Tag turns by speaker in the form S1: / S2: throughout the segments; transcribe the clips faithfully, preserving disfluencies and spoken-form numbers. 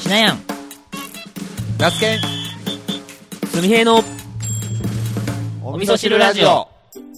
S1: しなやん
S2: ナスケン
S1: すみへいのお味噌汁ラジオ。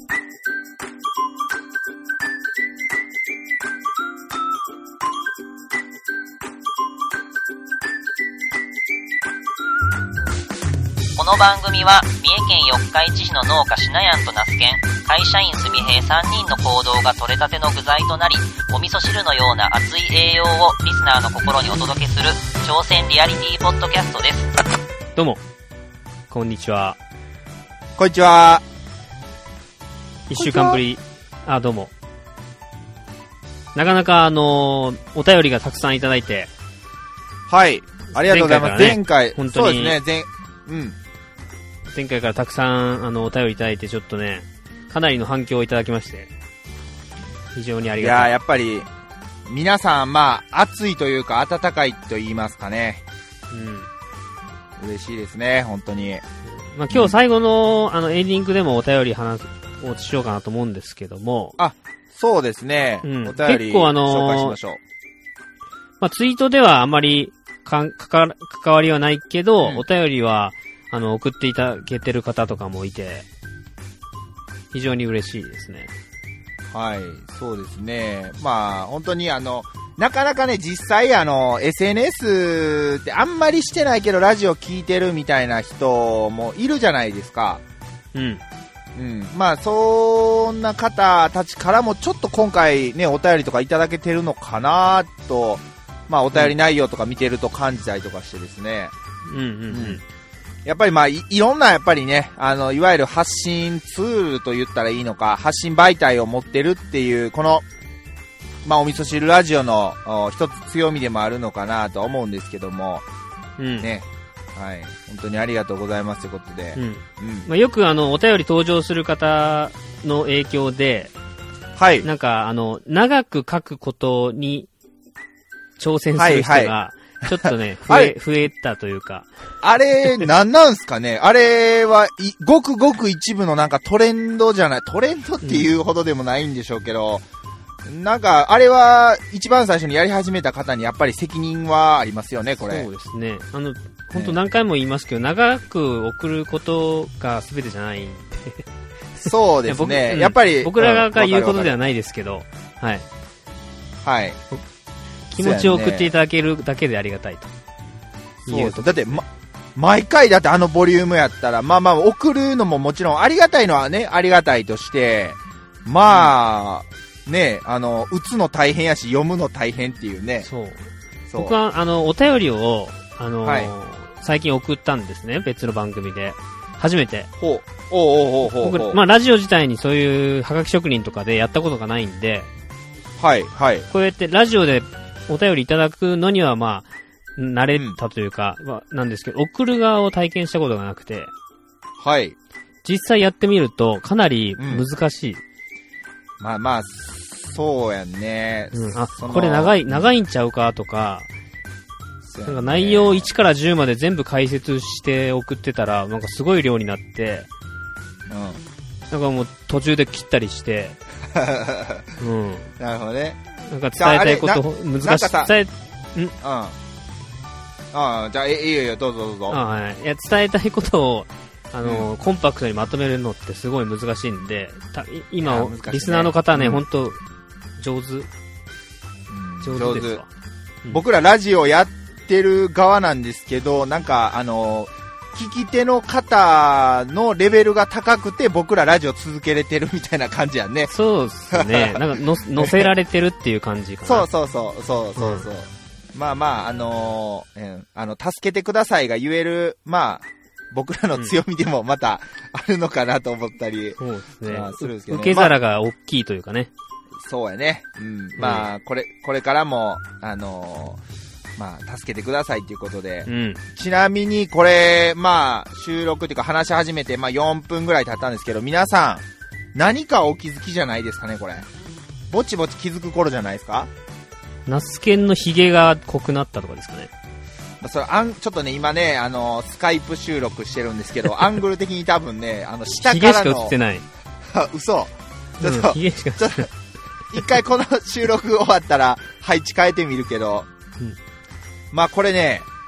S3: この番組は三重県四日市市の農家しなやんとナスケン、会社員すみへいさんにんの行動が取れたての具材となり、お味噌汁のような熱い栄養をリスナーの心にお届けする挑戦リアリティポッドキャストです。
S1: どうもこんにちは。
S2: こんにちは。
S1: 一週間ぶり。あ、どうも。なかなかあのー、お便りがたくさんいただいて、
S2: はいありがとうございます。前回、
S1: 前回本当に
S2: そうですね、前うん
S1: 前回からたくさんあのお便りいただいて、ちょっとねかなりの反響をいただきまして、非常にありがたい。
S2: いややっぱり皆さんまあ熱いというか温かいと言いますかね。うん嬉しいですね本当に。
S1: まあ今日最後の、うん、あのエンディングでもお便り話をしようかなと思うんですけども。
S2: あそうですね、うん、お便り
S1: 結構あのー、
S2: 紹介しましょう。
S1: まあツイートではあまりかんかか関わりはないけど、うん、お便りはあの送っていただけてる方とかもいて非常に嬉しいですね。
S2: はいそうですね。まあ本当にあのなかなかね実際あの エスエヌエス ってあんまりしてないけどラジオ聞いてるみたいな人もいるじゃないですか。
S1: うん
S2: うん、まあそんな方たちからもちょっと今回ねお便りとかいただけてるのかなと、まあお便り内容とか見てると感じたりとかしてですね。
S1: うんうんうん、うん
S2: やっぱりまあ い, いろんなやっぱりねあのいわゆる発信ツールと言ったらいいのか発信媒体を持ってるっていうこのまあお味噌汁ラジオの一つ強みでもあるのかなと思うんですけども、
S1: うん
S2: ねはい本当にありがとうございますということで、
S1: うんうんまあ、よくあのお便り登場する方の影響で、
S2: はい
S1: なんかあの長く書くことに挑戦する人が、はいはいちょっとね、増え、増えたというか。
S2: あれ、なんなんすかねあれは、い、ごくごく一部のなんかトレンドじゃない、トレンドっていうほどでもないんでしょうけど、うん、なんか、あれは、一番最初にやり始めた方にやっぱり責任はありますよね、これ。
S1: そうですね。あの、本当何回も言いますけど、ね、長く送ることが全てじゃないんで。
S2: そうですね。やっぱり。
S1: 僕らが言うことではないですけど、はい。
S2: はい。
S1: 気持ちを送っていただけるだけでありがたいと。
S2: そうそうだって、ま、毎回だってあのボリュームやったらまあまあ送るのももちろんありがたいのはねありがたいとしてまあ、うん、ねあの打つの大変やし読むの大変っていうね。
S1: そうそう僕はあのお便りをあの、はい、最近送ったんですね別の番組で初めて。
S2: ほうおうおうおうおう
S1: 僕まあラジオ自体にそういうハガキ職人とかでやったことがないんで
S2: はいはい
S1: こうやってラジオでお便りいただくのにはまあ慣れたというか、うん、なんですけど送る側を体験したことがなくて
S2: はい
S1: 実際やってみるとかなり難しい、うん、
S2: まあまあそうやんね、
S1: うん、あこれ長い長いんちゃうかとか、ね、なんか内容いちからじゅうまで全部解説して送ってたらなんかすごい量になって、うん、なんかもう途中で切ったりして、
S2: うん、なるほどね
S1: なんか伝えたいこと難しい伝えんうん
S2: ああじゃあいいよいいよどうぞどうぞ
S1: あ、はい、いや伝えたいことをあの、うん、コンパクトにまとめるのってすごい難しいんでた今、ね、リスナーの方はね、うん、本当上手、うん、上手ですわ、
S2: うん、僕らラジオやってる側なんですけどなんかあの聞き手の方のレベルが高くて僕らラジオ続けれてるみたいな感じやんね。
S1: そうですねなんかの乗せられてるっていう感じかな。
S2: そうそうそうそうそうそう、うん、まあまああのーえー、あの助けてくださいが言えるまあ僕らの強みでもまたあるのかなと思ったり、
S1: うん、そうですね、
S2: まあ、するんですけどね
S1: 受け皿が大きいというかね、
S2: まあ、そうやね、うん、まあこれこれからもあのーまあ、助けてくださいということで、うん、ちなみにこれ、まあ、収録っていうか話し始めて、まあ、よんぷんぐらい経ったんですけど、皆さん、何かお気づきじゃないですかね、これ。ぼちぼち気づく頃じゃないですか？
S1: ナスケンのヒゲが濃くなったとかですかね。
S2: それあんちょっとね、今ね、あの、スカイプ収録してるんですけど、アングル的に多分ね、あの、下からの。ヒゲし
S1: か映ってない。
S2: 嘘。ちょっと、
S1: うん、ヒゲしか映ってない。
S2: 一回この収録終わったら配置変えてみるけど、うん、まあこれね、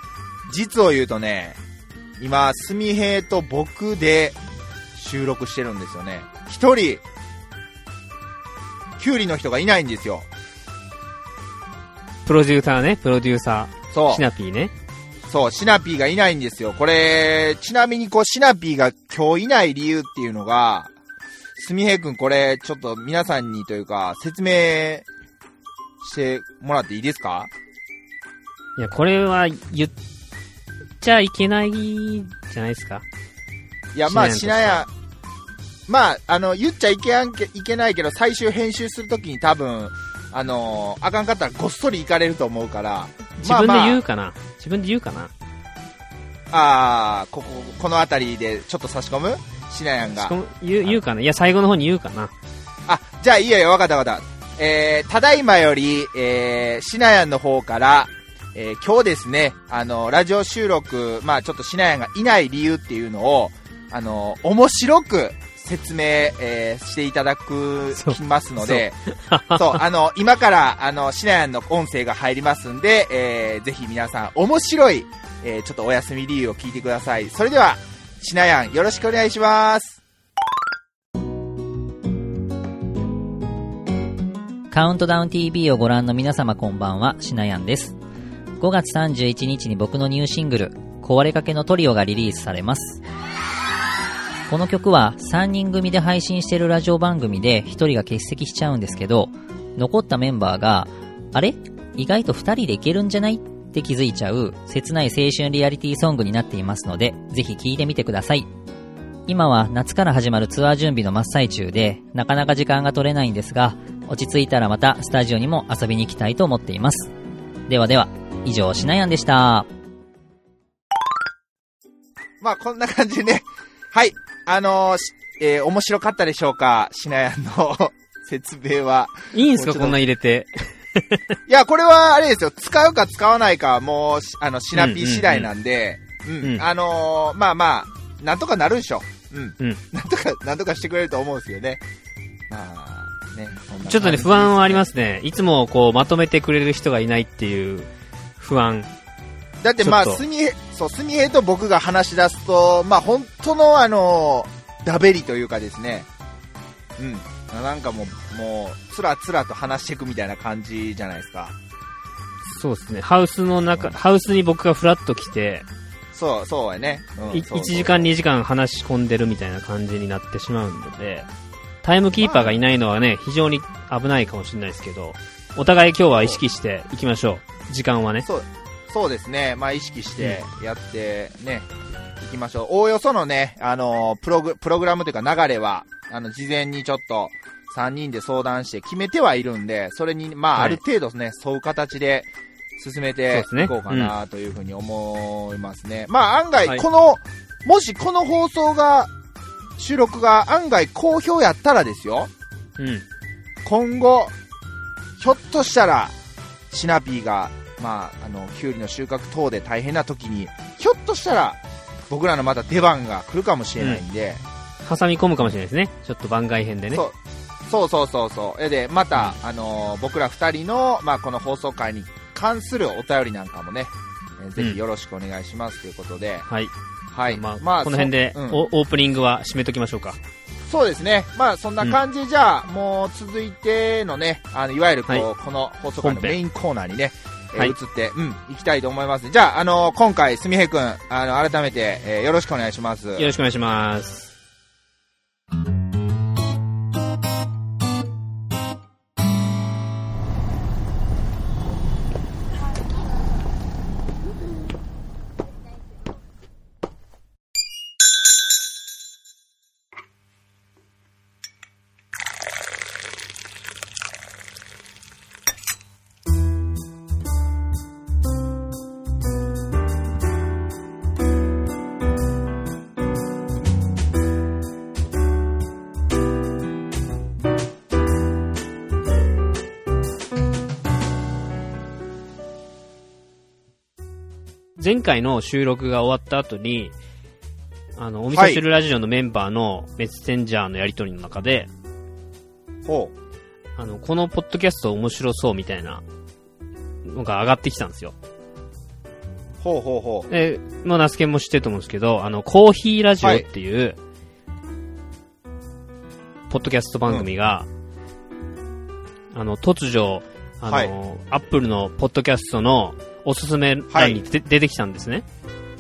S2: 実を言うとね、今、すみへいと僕で収録してるんですよね。一人、キュウリの人がいないんですよ。
S1: プロデューサーね、プロデューサー。
S2: そう。
S1: シナピーね。
S2: そう、シナピーがいないんですよ。これ、ちなみにこう、シナピーが今日いない理由っていうのが、すみへいくんこれ、ちょっと皆さんにというか、説明してもらっていいですか？
S1: いや、これは言っちゃいけないじゃないですか。
S2: いや、まあ、しなや、まあ、あの、言っちゃいけんけ、いけないけど、最終編集するときに多分、あのー、あかんかったらごっそり行かれると思うから。
S1: 自分で言うかな、まあまあ、自分で言うかな
S2: あー、ここ、このあたりでちょっと差し込むしなやんが。
S1: 言う、言うかないや、最後の方に言うかな。
S2: あ、じゃあいいよ、わかったわかった。えー、ただいまより、えー、しなやんの方から、えー、今日ですね、あの、ラジオ収録、まあちょっとしなやんがいない理由っていうのを、あの、面白く説明、えー、していただく、きますので、そう、そうあの、今から、あの、しなやんの音声が入りますんで、えー、ぜひ皆さん、面白い、えー、ちょっとお休み理由を聞いてください。それでは、しなやん、よろしくお願いします。
S3: カウントダウン ティービー をご覧の皆様こんばんは、しなやんです。ごがつさんじゅういちにちに僕のニューシングル、壊れかけのトリオがリリースされます。この曲はさんにん組で配信しているラジオ番組でひとりが欠席しちゃうんですけど、残ったメンバーが、あれ？意外とふたりでいけるんじゃない？って気づいちゃう切ない青春リアリティソングになっていますので、ぜひ聴いてみてください。今は夏から始まるツアー準備の真っ最中で、なかなか時間が取れないんですが、落ち着いたらまたスタジオにも遊びに行きたいと思っています。ではでは、以上、しなやんでした。
S2: まあ、こんな感じでね。はい。あのー、えー、面白かったでしょうか？しなやんの説明は。
S1: いいんすかこんな入れて。
S2: いや、これはあれですよ。使うか使わないかはもう、あの、シナピー次第なんで、うん、うんうん、あのー、まあまあ、なんとかなるでしょ。うん。うん。なんとか、なんとかしてくれると思うんですよね。まあ、ね。
S1: ちょっとね、不安はありますね。いつもこう、まとめてくれる人がいないっていう不安。
S2: だってまあ、すみへ、そう、すみへと僕が話し出すと、まあ本当のあの、ダベリというかですね、うん。なんかもう、もう、つらつらと話していくみたいな感じじゃないですか。
S1: そうですね。ハウスの中、うん、ハウスに僕がフラッと来て、
S2: そう、そうやね。うん、そうそうそう
S1: いちじかんにじかん話し込んでるみたいな感じになってしまうので、タイムキーパーがいないのはね、非常に危ないかもしれないですけど、お互い今日は意識していきましょう。時間はね。
S2: そう、そうですね。まあ意識してやってね、うん、いきましょう。おおよそのね、あのー、プログ、プログラムというか流れは、あの、事前にちょっとさんにんで相談して決めてはいるんで、それに、まあある程度ね、沿う形で進めていこうかなというふうに思いますね。うん、まあ案外、この、はい、もしこの放送が、収録が案外好評やったらですよ。うん。今後、ひょっとしたら、シナピーが、まあ、あの、キュウリの収穫等で大変な時に、ひょっとしたら、僕らのまた出番が来るかもしれないんで。
S1: うん、挟み込むかもしれないですね。ちょっと番外編でね。
S2: そう。そうそうそうそう。で、また、うん、あのー、僕ら二人の、まあ、この放送回に関するお便りなんかもね、えー、ぜひよろしくお願いしますということで。
S1: はい。
S2: はい。
S1: まあ、まあ、この辺で、うん、オープニングは締めときましょうか。
S2: そうですね。まあ、そんな感じじゃあ、うん、もう続いてのね、あの、いわゆるこう、はい、この放送回のメインコーナーにね、えーはい、移って、うん、行きたいと思います。じゃあ、あのー、今回、すみへいくん、あの、改めて、えー、よろしくお願いします。よ
S1: ろしくお願いします。前回の収録が終わった後に、あの、お味噌汁ラジオのメンバーのメッセンジャーのやりとりの中で、
S2: ほ
S1: う。あの、このポッドキャスト面白そうみたいなのが上がってきたんですよ。
S2: ほうほうほう。
S1: えー、まあ、ナスケンも知ってると思うんですけど、あの、コーヒーラジオっていう、はい、ポッドキャスト番組が、うん、あの、突如、あの、はい、アップルのポッドキャストのおすすめ欄に、はい、出てきたんですね。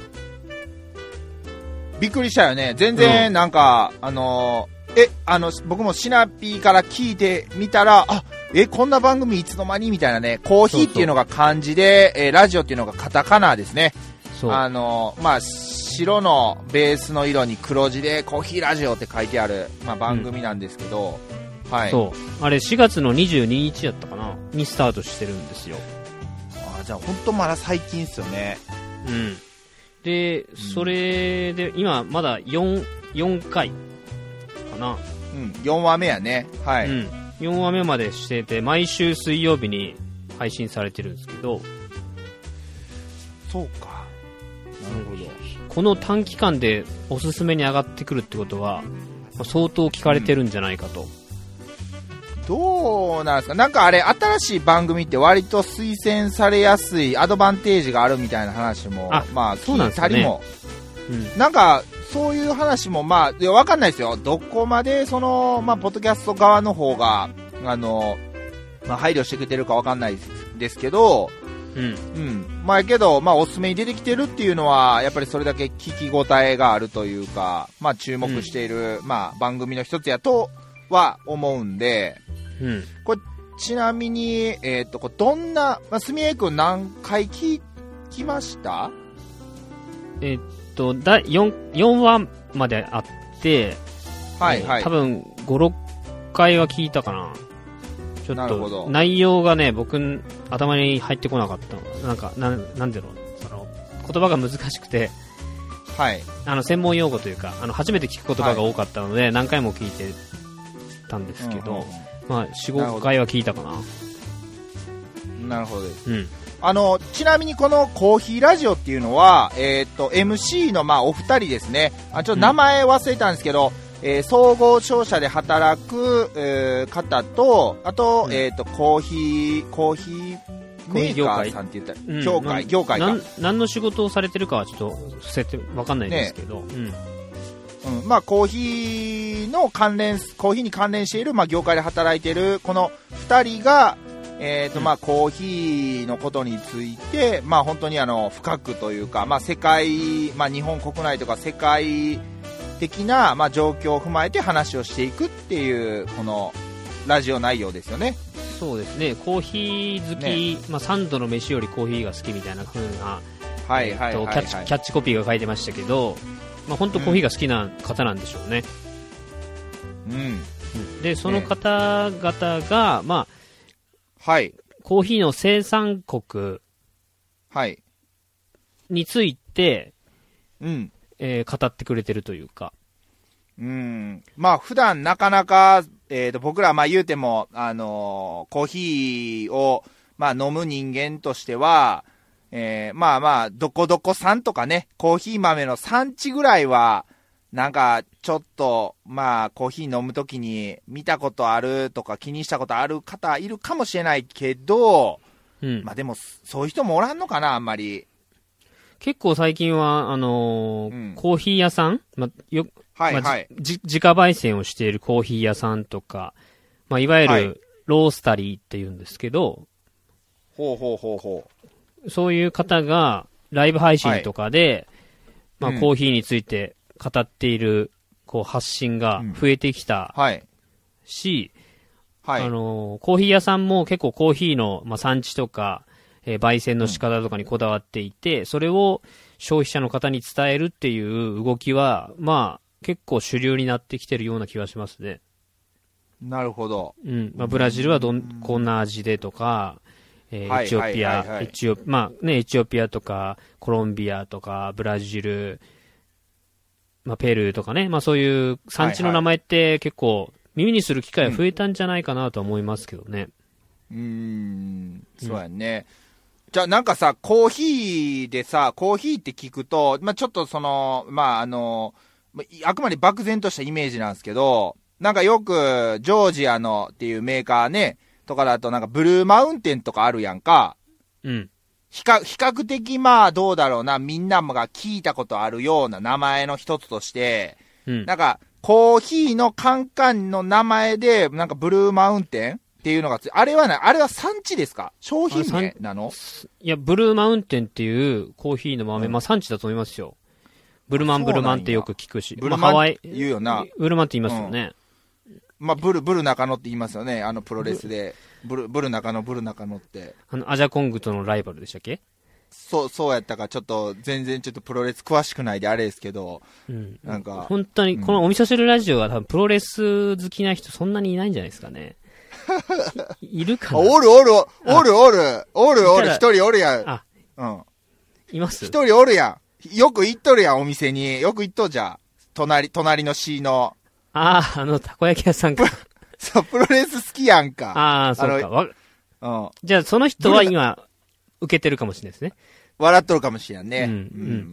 S2: びっくりしたよね。全然、なんか、うん、あのー、え、あの、僕もシナピーから聞いてみたら、あ、え、こんな番組いつの間にみたいなね、コーヒーっていうのが漢字で、そうそう、えー、ラジオっていうのがカタカナですね。そう。あのー、まあ、白のベースの色に黒字でコーヒーラジオって書いてある、まあ、番組なんですけど、うん、はい。
S1: そう。あれしがつのにじゅうににちやったかなにスタートしてるんですよ。
S2: あ、じゃあ本当まだ最近っすよね。
S1: うん。で、それで、今まだよん、よんかいかな。
S2: うん、よんわめやね。はい。うん。
S1: よんわめまでしてて、毎週水曜日に配信されてるんですけど。
S2: そうか。なるほど。
S1: この短期間でおすすめに上がってくるってことは、相当聞かれてるんじゃないかと。うん、
S2: どうなんですか。なんかあれ、新しい番組って割と推薦されやすいアドバンテージがあるみたいな話も、あ、まあ、聞いたりも。うん、なんか、そういう話も、まあ、いや、わかんないですよ。どこまで、その、まあ、ポッドキャスト側の方が、あの、まあ、配慮してくれてるかわかんないですけど、うん。うん。まあ、けど、まあ、おすすめに出てきてるっていうのは、やっぱりそれだけ聞き応えがあるというか、まあ、注目している、うん、まあ、番組の一つやとは思うんで、うん。これ、ちなみに、えっと、これどんな、まあ、すみえくん何回聞きました？
S1: えっと、だ 4, 4話まであって、
S2: はいはい。
S1: 多分ご、ろっかいは聞いたかな。ちょっと、内容がね、僕、頭に入ってこなかった。なんか、な、なんだろう、その、言葉が難しくて、
S2: はい。
S1: あの、専門用語というか、あの、初めて聞く言葉が多かったので、はい、何回も聞いてたんですけど、うんうんうん、まあ、よん、ごかいは聞いたかな。
S2: なるほどです。うん。あの、ちなみにこのコーヒーラジオっていうのは、えっと、エムシー のまあお二人ですね。あ、ちょっと名前忘れたんですけど、うん、えー、総合商社で働く、えー、方と、あと、うん、えっと、コーヒー、コーヒーメーカーさんって言ったら、うん、業界、業界か。
S1: 何の仕事をされてるかはちょっと伏せてわかんないですけど、ね、
S2: うん。うん、まあ、コーヒーの関連、コーヒーに関連している、まあ、業界で働いている、この二人が、えーとまあ、コーヒーのことについて、まあ、本当にあの深くというか、まあ、世界、まあ、日本国内とか世界的な、まあ、状況を踏まえて話をしていくっていうこのラジオ内容ですよね。
S1: そうですね。コーヒー好き、ね、まあ、三度の飯よりコーヒーが好きみたいな風な、はいはいはいはい、キャッチ、キャッチコピーが書いてましたけど、まあ、本当コーヒーが好きな方なんでしょうね。うん、でその方々が、まあ
S2: はい、
S1: コーヒーの生産国について、はい、うんえー、語ってくれてるというか、
S2: うん、まあ普段なかなか、えー、と僕らまあ言うても、あのー、コーヒーを、まあ、飲む人間としては、えー、まあまあどこどこ産とかね、コーヒー豆の産地ぐらいはなんかちょっとまあコーヒー飲むときに見たことあるとか気にしたことある方いるかもしれないけど、うん、まあでもそういう人もおらんのかな、あんまり。
S1: 結構最近はあのーうん、コーヒー屋さん、まあよ
S2: はいはい、まあ、
S1: 自家焙煎をしているコーヒー屋さんとか、まあいわゆるロースタリーって言うんですけど、
S2: ほうほうほうほ
S1: う。そういう方がライブ配信とかで、はい、まあコーヒーについて語っているこう発信が増えてきたし、うんはいはい、あのー、コーヒー屋さんも結構コーヒーの、まあ、産地とか、えー、焙煎の仕方とかにこだわっていて、うん、それを消費者の方に伝えるっていう動きは、まあ結構主流になってきてるような気がしますね。
S2: なるほど。
S1: うん。まあ、ブラジルはどん、こんな味でとか、えー、エチオピア、はいはいはいはい、エチオ、まあね、エチオピアとか、コロンビアとか、ブラジル、まあ、ペルーとかね、まあそういう産地の名前って結構耳にする機会が増えたんじゃないかなと思いますけどね。
S2: うーん、そうやね。うん、じゃあなんかさ、コーヒーでさ、コーヒーって聞くと、まあちょっとその、まああの、あくまで漠然としたイメージなんですけど、なんかよくジョージアのっていうメーカーね、とかだとなんかブルーマウンテンとかあるやんか。うん。 比較、比較的まあどうだろうな、みんなが聞いたことあるような名前の一つとして、うん、なんか、コーヒーのカンカンの名前で、なんかブルーマウンテンっていうのがつ、あれはな、あれは産地ですか？商品名なの？
S1: いや、ブルーマウンテンっていうコーヒーの豆、うん、まあ産地だと思いますよ。ブルマンブルマンってよく聞くし。
S2: ブルマン、まあ、言うよな。
S1: ブルマンって言いますよね。
S2: うん、まあ、ブル、ブル中野って言いますよね。あのプロレスで。ブル、ブル中野、ブル中野って。
S1: あの、アジャコングとのライバルでしたっけ？
S2: そう、そうやったか、ちょっと、全然ちょっとプロレス詳しくないであれですけど、うん、なんか。
S1: 本当に、このお味噌汁ラジオは多分プロレス好きな人そんなにいないんじゃないですかね。い, いるかな？
S2: おるおる、おるおる、おるおる、一人おるやん。あ、
S1: うん。います？
S2: 一人おるやん。よく行っとるやん、お店に。よく行っとじゃ。隣、隣の C の。
S1: ああ、あの、たこ焼き屋さんか。
S2: そう、プロレス好きやんか。
S1: ああ、そうか。わ、うん。じゃあ、その人は今、受けてるかもしれないですね。
S2: 笑っとるかもしれんね。うん。うん、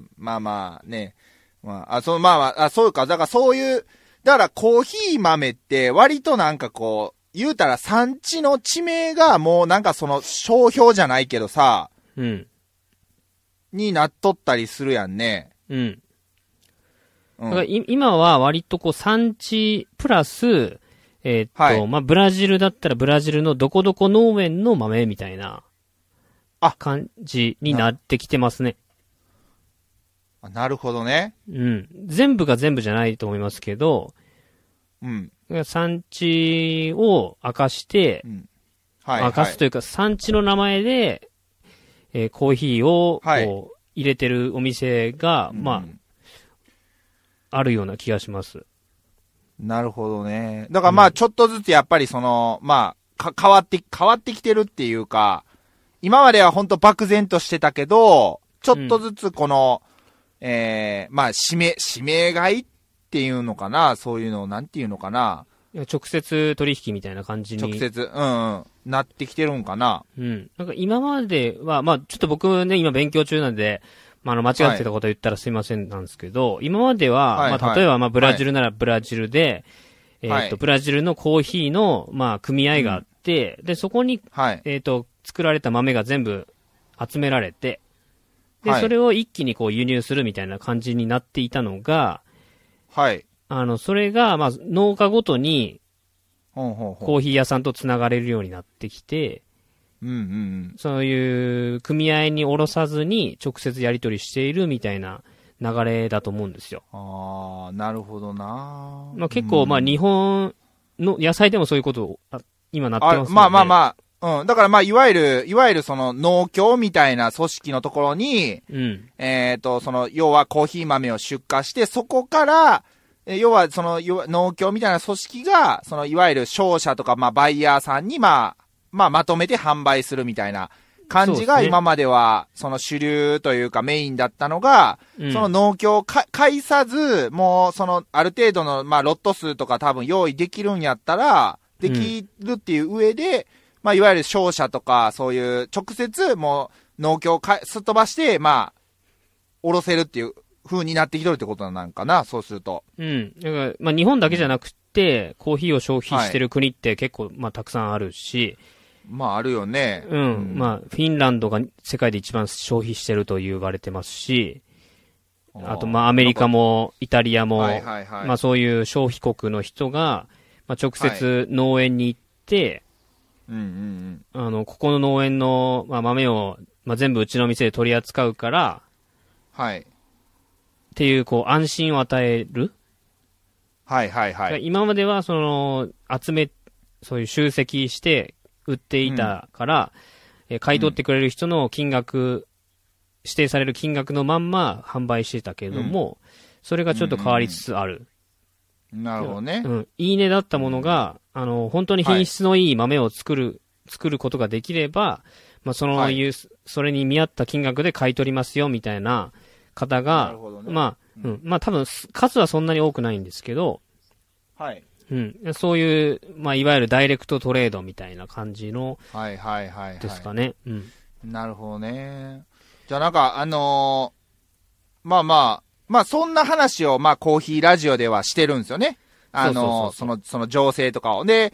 S2: まあまあね。まあ、あ、そう、まあまあ、あ、そうか。だからそういう、だからコーヒー豆って割となんかこう、言うたら産地の地名がもうなんかその商標じゃないけどさ、うん。になっとったりするやんね。うん。
S1: うん、だから今は割とこう産地プラス、えー、っと、はい、まあ、ブラジルだったらブラジルのどこどこ農園の豆みたいな、あ、感じになってきてますね。
S2: あ、なるほどね。
S1: うん。全部が全部じゃないと思いますけど、うん。産地を明かして、うん、はい、明かすというか、はい、産地の名前で、えー、コーヒーを、はい、こう入れてるお店が、うん、まあ、あるような気がします。
S2: なるほどね。だからまあ、ちょっとずつやっぱりその、うん、まあ、か、変わって、変わってきてるっていうか、今まではほんと漠然としてたけど、ちょっとずつこの、うん、えー、まあ、指名、指名買いっていうのかな、そういうのをなんていうのかな。
S1: 直接取引みたいな感じに。
S2: 直接、うん、うん、なってきてるんかな。
S1: うん。なんか今までは、まあ、ちょっと僕ね、今勉強中なんで、まあ、あの、間違ってたこと言ったらすいませんなんですけど、はい、今までは、はい、まあ、例えば、まあ、ブラジルならブラジルで、はい、えっと、ブラジルのコーヒーの、まあ、組合があって、うん、で、そこに、はい、えっと、作られた豆が全部集められて、で、はい、それを一気にこう輸入するみたいな感じになっていたのが、はい。あの、それが、まあ、農家ごとに、ほうほうほう、コーヒー屋さんと繋がれるようになってきて、うんうんうん、そういう組合に卸さずに直接やり取りしているみたいな流れだと思うんですよ。
S2: ああ、なるほどな。
S1: まあ、結構、まあ、日本の野菜でもそういうこと今なってますよね。
S2: まあまあまあ、うん。だからまあ、いわゆる、いわゆるその農協みたいな組織のところに、うん、えっと、その、要はコーヒー豆を出荷して、そこから、要はその、農協みたいな組織が、その、いわゆる商社とか、まあ、バイヤーさんに、まあ、まあ、まとめて販売するみたいな感じが、今までは、その主流というかメインだったのが、うん、その農協を介さず、もう、その、ある程度の、まあ、ロット数とか多分用意できるんやったら、できるっていう上で、うん、まあ、いわゆる商社とか、そういう直接もう農協をかすっ飛ばして、まあ、おろせるっていう風になってきてるってことなんかな、そうすると。
S1: うん。だから、まあ、日本だけじゃなくて、コーヒーを消費してる国って結構、まあ、たくさんあるし、
S2: まあ、あるよね。
S1: うん。うん、まあ、フィンランドが世界で一番消費してると言われてますし、あと、まあ、アメリカも、イタリアも、はいはいはい、まあ、そういう消費国の人が、まあ、直接農園に行って、はい、うんうんうん、あの、ここの農園の、まあ、豆を、まあ、全部うちの店で取り扱うから、はい。っていう、こう、安心を与える。
S2: はいはいはい。
S1: 今までは、その、集め、そういう集積して売っていたから、うん、え買い取ってくれる人の金額、指定される金額のまんま販売してたけれども、うん、それがちょっと変わりつつある。
S2: うんうん、なるほどね。
S1: うん。いいねだったものが、あの、本当に品質のいい豆を作る、はい、作ることができれば、まあ、そのいう、はい、それに見合った金額で買い取りますよ、みたいな方が、ね、まあ、うん、まあ多分、数はそんなに多くないんですけど、はい。うん。そういう、まあ、いわゆるダイレクトトレードみたいな感じの、
S2: はいはいはい、はい。
S1: ですかね。うん。
S2: なるほどね。じゃあなんか、あのー、まあまあ、まあそんな話を、まあコーヒーラジオではしてるんですよね。あのー、その、その情勢とかを。で、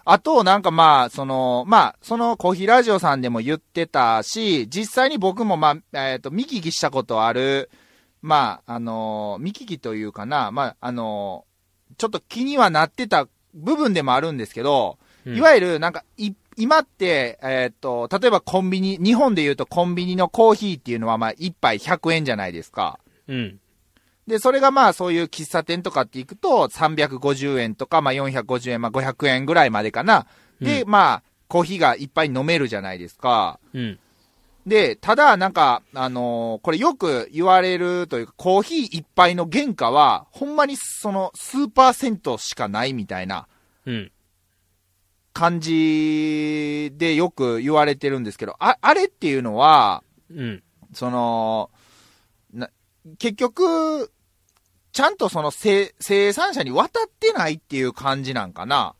S2: あと、なんかまあ、その、まあ、そのコーヒーラジオさんでも言ってたし、実際に僕もまあ、えっと、見聞きしたことある、まあ、あの、見聞きというかな、まあ、あの、ちょっと気にはなってた部分でもあるんですけど、うん、いわゆるなんか、い、今って、えっと、例えばコンビニ、日本で言うとコンビニのコーヒーっていうのはまあ、一杯ひゃくえんじゃないですか。
S1: うん。
S2: で、それがまあそういう喫茶店とかって行くとさんびゃくごじゅうえんとか、まあよんひゃくごじゅうえん、まあごひゃくえんぐらいまでかな。で、うん、まあ、コーヒーがいっぱい飲めるじゃないですか。
S1: うん。
S2: で、ただなんか、あのー、これよく言われるというか、コーヒー一杯の原価は、ほんまにその数パーセントしかないみたいな。
S1: うん。
S2: 感じでよく言われてるんですけど、あ、あれっていうのは、
S1: うん。
S2: その、な、結局、ちゃんとその生、生産者に渡ってないっていう感じなんかな。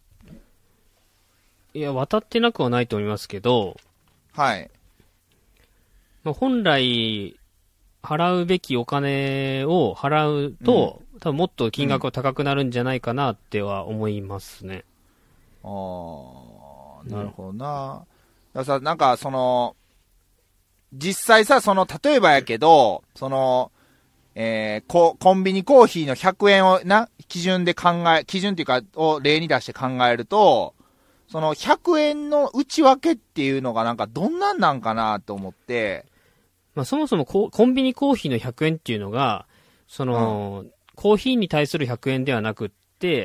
S1: いや、渡ってなくはないと思いますけど、
S2: はい。
S1: まあ、本来、払うべきお金を払うと、うん、多分もっと金額が高くなるんじゃないかなっては思いますね。
S2: ああ、なるほどな。だからさ、なんかその、実際さ、その、例えばやけど、その、えー、コ、コンビニコーヒーのひゃくえんをな、基準で考え、基準っていうか、を例に出して考えると、そのひゃくえんの内訳っていうのがなんかどんなんなんかなと思って。
S1: まあそもそもココンビニコーヒーのひゃくえんっていうのが、その、うん、コーヒーに対するひゃくえんではなくって、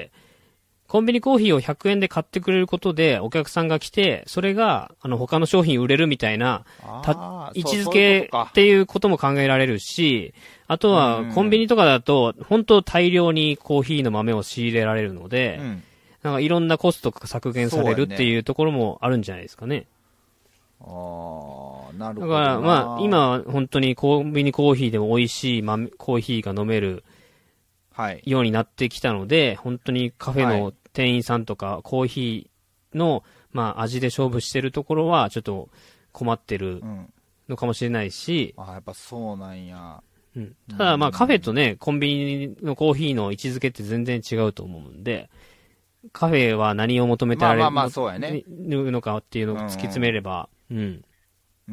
S1: コンビニコーヒーをひゃくえんで買ってくれることでお客さんが来て、それがあの他の商品売れるみたいな、た位置づけっていうことも考えられるし、あとはコンビニとかだと本当大量にコーヒーの豆を仕入れられるので、うん、なんかいろんなコストが削減されるっていうところもあるんじゃないですかね。
S2: ああ、なるほどな。
S1: だからまあ今は本当にコンビニコーヒーでも美味しい豆コーヒーが飲めるようになってきたので、はい、本当にカフェの店員さんとかコーヒーの、まあ、味で勝負してるところはちょっと困ってるのかもしれないし、
S2: うん、あ、やっぱそうなんや。
S1: うん、ただまあカフェとね、コンビニのコーヒーの位置づけって全然違うと思うんで、カフェは何を求めてられるのかっていうのを突き詰めれば、うん、うん。
S2: うん。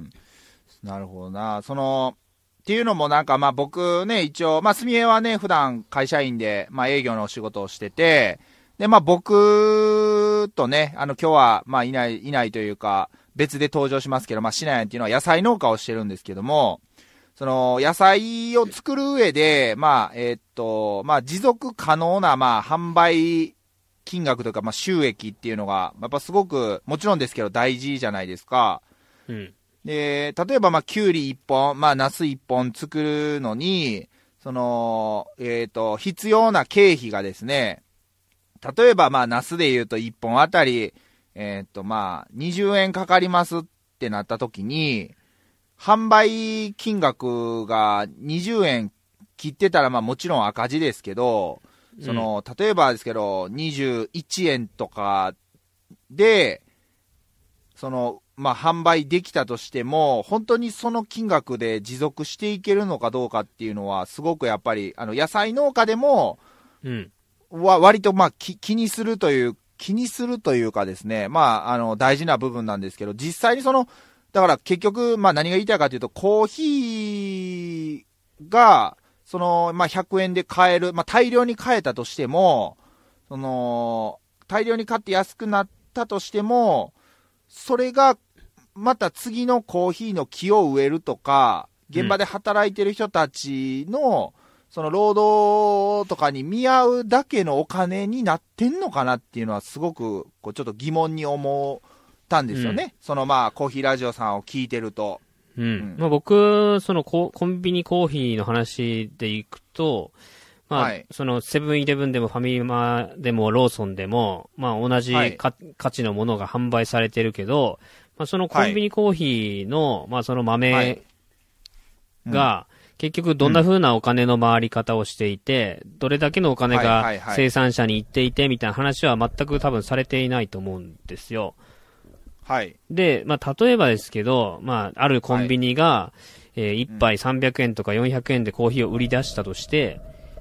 S2: なるほどな。その、っていうのもなんかまあ僕ね、一応、まあすみえはね、普段会社員で、まあ営業のお仕事をしてて、でまあ僕とね、あの今日はまあいない、いないというか、別で登場しますけど、まあシナヤンっていうのは野菜農家をしてるんですけども、その野菜を作る上で、まあえー、っと、まあ持続可能なまあ販売金額というかまあ収益っていうのが、やっぱすごく、もちろんですけど大事じゃないですか。
S1: うん。
S2: で、例えば、まあ、キュウリいっぽん、まあ、ナスいっぽん作るのに、その、えっと、必要な経費がですね、例えば、まあ、ナスで言うといっぽんあたり、えっと、まあ、にじゅうえんかかりますってなった時に、販売金額がにじゅうえん切ってたら、まあ、もちろん赤字ですけど、その、例えばですけど、にじゅういちえんとかで、その、まあ、販売できたとしても、本当にその金額で持続していけるのかどうかっていうのは、すごくやっぱり、あの、野菜農家でも、
S1: うん。
S2: わ、割とまあ、き、気にするという、気にするというかですね、まあ、あの、大事な部分なんですけど、実際にその、だから結局、まあ何が言いたいかというと、コーヒーが、その、まあひゃくえんで買える、まあ大量に買えたとしても、その、大量に買って安くなったとしても、それが、また次のコーヒーの木を植えるとか、現場で働いてる人たちの、うん、その労働とかに見合うだけのお金になってんのかなっていうのはすごく、こうちょっと疑問に思ったんですよね。うん、そのまあ、コーヒーラジオさんを聞いてると。
S1: うん。うん、まあ僕、そのコンビニコーヒーの話でいくと、まあ、はい、そのセブンイレブンでもファミマでもローソンでも、まあ同じ、はい、価値のものが販売されてるけど、まあそのコンビニコーヒーの、はい、まあその豆が、はい、結局どんな風なお金の回り方をしていて、うん、どれだけのお金が生産者に行っていてみたいな話は全く多分されていないと思うんですよ。
S2: はい。
S1: で、まあ例えばですけど、まああるコンビニが、はい、えー、いっぱいさんびゃくえんとかよんひゃくえんでコーヒーを売り出したとして、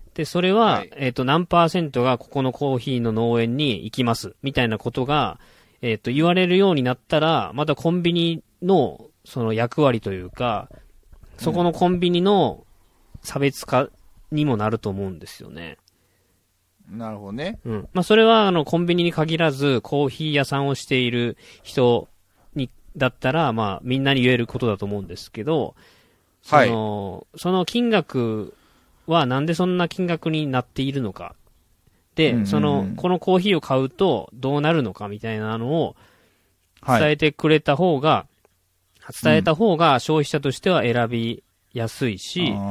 S1: で、それは、はい、えっと、何パーセントがここのコーヒーの農園に行きます、みたいなことが、えっと、言われるようになったら、またコンビニの、その役割というか、そこのコンビニの差別化にもなると思うんですよね。
S2: なるほどね。
S1: うん。まあ、それは、あの、コンビニに限らず、コーヒー屋さんをしている人に、だったら、まあ、みんなに言えることだと思うんですけど、その、はい、その金額はなんでそんな金額になっているのか。で、うんうんうん、その、このコーヒーを買うとどうなるのかみたいなのを伝えてくれた方が、はい、伝えた方が消費者としては選びやすいし、うん、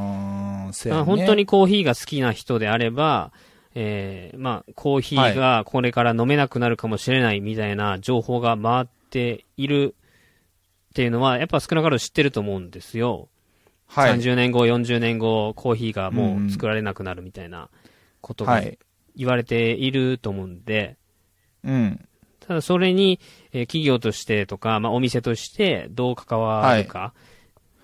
S1: ね、本当にコーヒーが好きな人であれば、えー、まあ、コーヒーがこれから飲めなくなるかもしれないみたいな情報が回っているっていうのは、やっぱ少なからず知ってると思うんですよ。はい。さんじゅうねんご、よんじゅうねんご、コーヒーがもう作られなくなるみたいなことが言われていると思うんで、
S2: うん。
S1: ただそれに、えー、企業としてとか、まあ、お店としてどう関わるか、はい、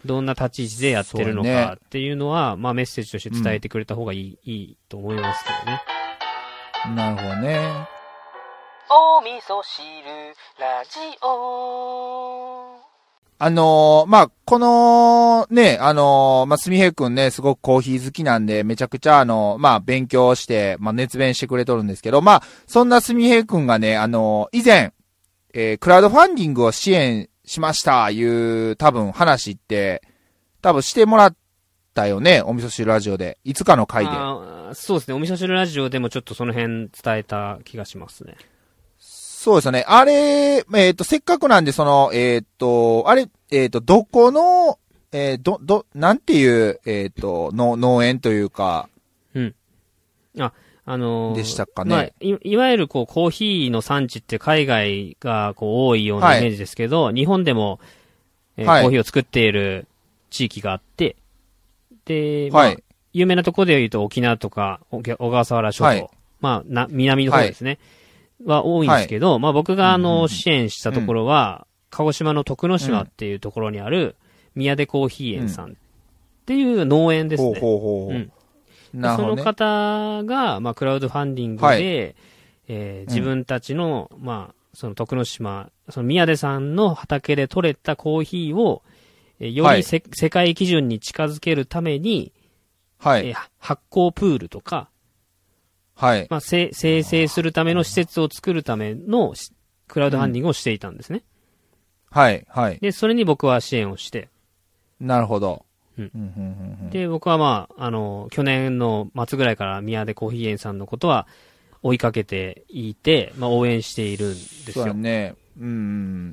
S1: どんな立ち位置でやってるのかっていうのは、ね、まあ、メッセージとして伝えてくれた方がいい、うん、いいと思いますけどね。
S2: なるほどね。
S3: お味噌汁ラジオ。
S2: あのー、まあ、この、ね、あのー、まあ、すみへいくんね、すごくコーヒー好きなんで、めちゃくちゃあの、まあ、勉強して、まあ、熱弁してくれとるんですけど、まあ、そんなすみへいくんがね、あのー、以前、えー、クラウドファンディングを支援しました、いう多分話って、多分してもらったよね、お味噌汁ラジオで。いつかの回で。
S1: あ、そうですね、お味噌汁ラジオでもちょっとその辺伝えた気がしますね。
S2: そうですよね。あれ、えっ、ー、と、せっかくなんで、その、えっ、ー、と、あれ、えっ、ー、と、どこの、えー、ど、ど、なんていう、えっ、と、の、農園というか。
S1: うん。あ、あのー、
S2: でしたかね。
S1: まあ、い、いわゆるこう、コーヒーの産地って海外がこう、多いようなイメージですけど、はい、日本でも、えーはい、コーヒーを作っている地域があって、で、まあ、はい、有名なところで言うと沖縄とか、小笠原諸島、はい、まあ、な、南の方ですね。はいは多いんですけど、はい、まあ僕があの、うんうん、支援したところは、うん、鹿児島の徳之島っていうところにある、宮出コーヒー園さんっていう農園ですね。うん、ほうほうほう、うんなるほどね、その方が、まあクラウドファンディングで、はいえー、自分たちの、うん、まあ、その徳之島、その宮出さんの畑で採れたコーヒーを、えー、よりせ、はい、世界基準に近づけるために、はいえー、発酵プールとか、はい。まあ、生成するための施設を作るためのクラウドファンディングをしていたんですね。
S2: うん、はい、はい。
S1: で、それに僕は支援をして。
S2: なるほど。
S1: うん。で、僕はまあ、あの、去年の末ぐらいから宮出コーヒー園さんのことは追いかけていて、まあ、応援しているんですよ。
S2: そうだね。うん。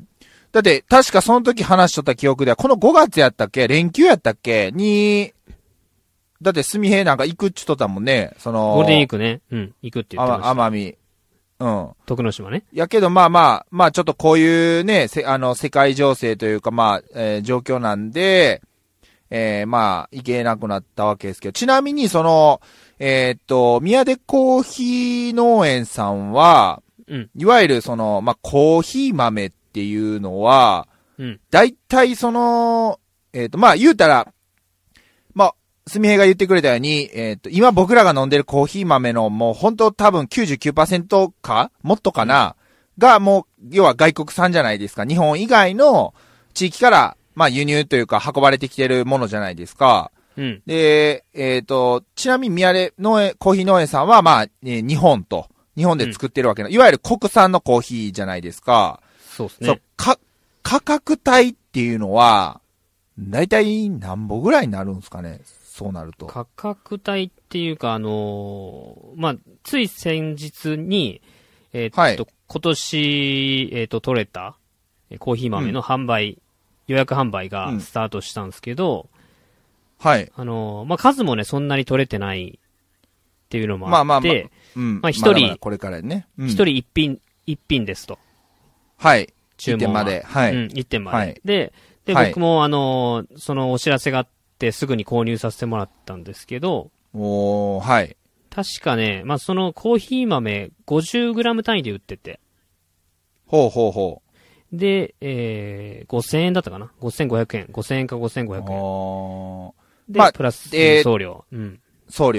S2: だって、確かその時話しとった記憶では、このごがつやったっけ連休やったっけに、だって、すみへいなんか行くっちゅっとったもんね。その。
S1: ゴールデンウィークね。うん。行くって言ってました。
S2: あ、奄美。うん。
S1: 徳之島ね。
S2: やけど、まあまあ、まあちょっとこういうね、せ、あの、世界情勢というか、まあ、えー、状況なんで、えー、まあ、行けなくなったわけですけど、ちなみにその、えー、っと、宮出コーヒー農園さんは、うん。いわゆるその、まあ、コーヒー豆っていうのは、うん。大体その、えー、っと、まあ、言うたら、まあ、すみへいが言ってくれたように、えっと、今僕らが飲んでるコーヒー豆のもう本当多分 きゅうじゅうきゅうパーセント かもっとかな、うん、がもう、要は外国産じゃないですか。日本以外の地域から、まあ輸入というか運ばれてきてるものじゃないですか。うん。で、えっと、ちなみに宮出農園、コーヒー農園さんはまあ、ね、日本と、日本で作ってるわけの、うん、いわゆる国産のコーヒーじゃないですか。
S1: そうですね。
S2: そう、か、価格帯っていうのは、だいたい何歩ぐらいになるんですかね。そうなると。
S1: 価格帯っていうか、あのー、まあ、つい先日に、えー、っと、はい、今年、えー、っと、取れたコーヒー豆の販売、うん、予約販売がスタートしたんですけど、
S2: うん、はい。
S1: あのー、まあ、数もね、そんなに取れてないっていうのもあって、まあまあまあ、
S2: うん。
S1: まあ、一人、
S2: これからね。
S1: 一、うん、人一品、一品ですと。
S2: はい。注文は。一点まで。はい。
S1: うん、一点まで。はい、で、で、僕もあのー、そのお知らせがあって、すぐに購入させてもらったんですけど、
S2: おー、はい。
S1: 確かね、まあ、そのコーヒー豆 ごじゅうグラム 単位で売ってて。
S2: ほうほうほ
S1: う。で、えー、ごせんえんだったかな ?ごせんごひゃくえん。ごせんえんかごせんごひゃくえん。
S2: おー。
S1: で、まあ、プラス、えー、送料。うん。
S2: 送料。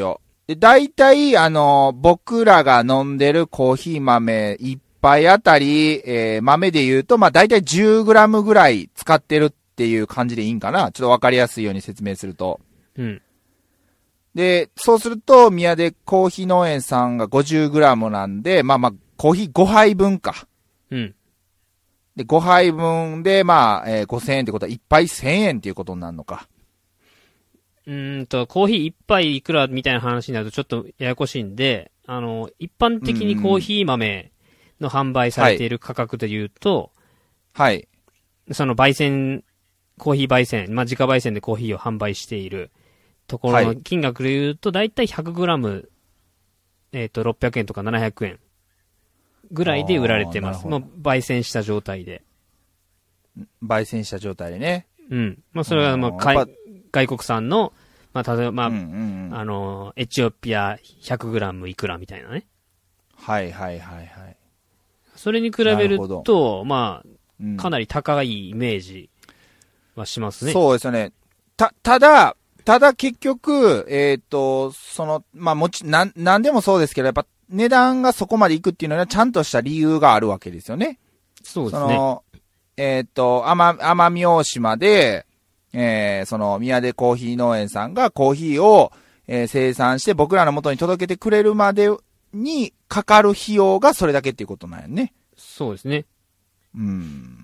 S2: で、大体、あの、僕らが飲んでるコーヒー豆一杯あたり、えー、豆で言うと、まあ、大体 じゅうグラム ぐらい使ってるっていう感じでいいんかな。ちょっとわかりやすいように説明すると。
S1: うん。
S2: で、そうすると、宮出コーヒー農園さんが ごじゅうグラム なんで、まあまあ、コーヒーごはいぶんか。
S1: うん。
S2: で、ごはいぶんで、まあ、えー、ごせんえんってことは、いっぱいせんえんっていうことになるのか。
S1: うーんと、コーヒー一杯いくらみたいな話になるとちょっとややこしいんで、あの、一般的にコーヒー豆の販売されている価格で言うと、
S2: はい。
S1: その焙煎、コーヒー焙煎、まあ、自家焙煎でコーヒーを販売しているところの金額で言うと、だいたい ひゃくグラム、えっと、ろっぴゃくえんとかななひゃくえんぐらいで売られてます。もう焙煎した状態で。
S2: 焙煎した状態でね。
S1: うん。まあ、それはもう、外国産の、まあ、例えば、まあ、うんうんうん、あの、エチオピア ひゃくグラム いくらみたいなね。
S2: はいはいはいはい。
S1: それに比べると、まあ、うん、かなり高いイメージはしますね。
S2: そうですよね。た、ただ、ただ結局、えっと、その、まあもち、なん、なんでもそうですけど、やっぱ値段がそこまでいくっていうのはちゃんとした理由があるわけですよね。
S1: そうですね。
S2: その、えっと、奄、奄美大島で、えー、その、宮出コーヒー農園さんがコーヒーを、えー、生産して僕らの元に届けてくれるまでにかかる費用がそれだけっていうことなんやね。
S1: そうですね。
S2: うん。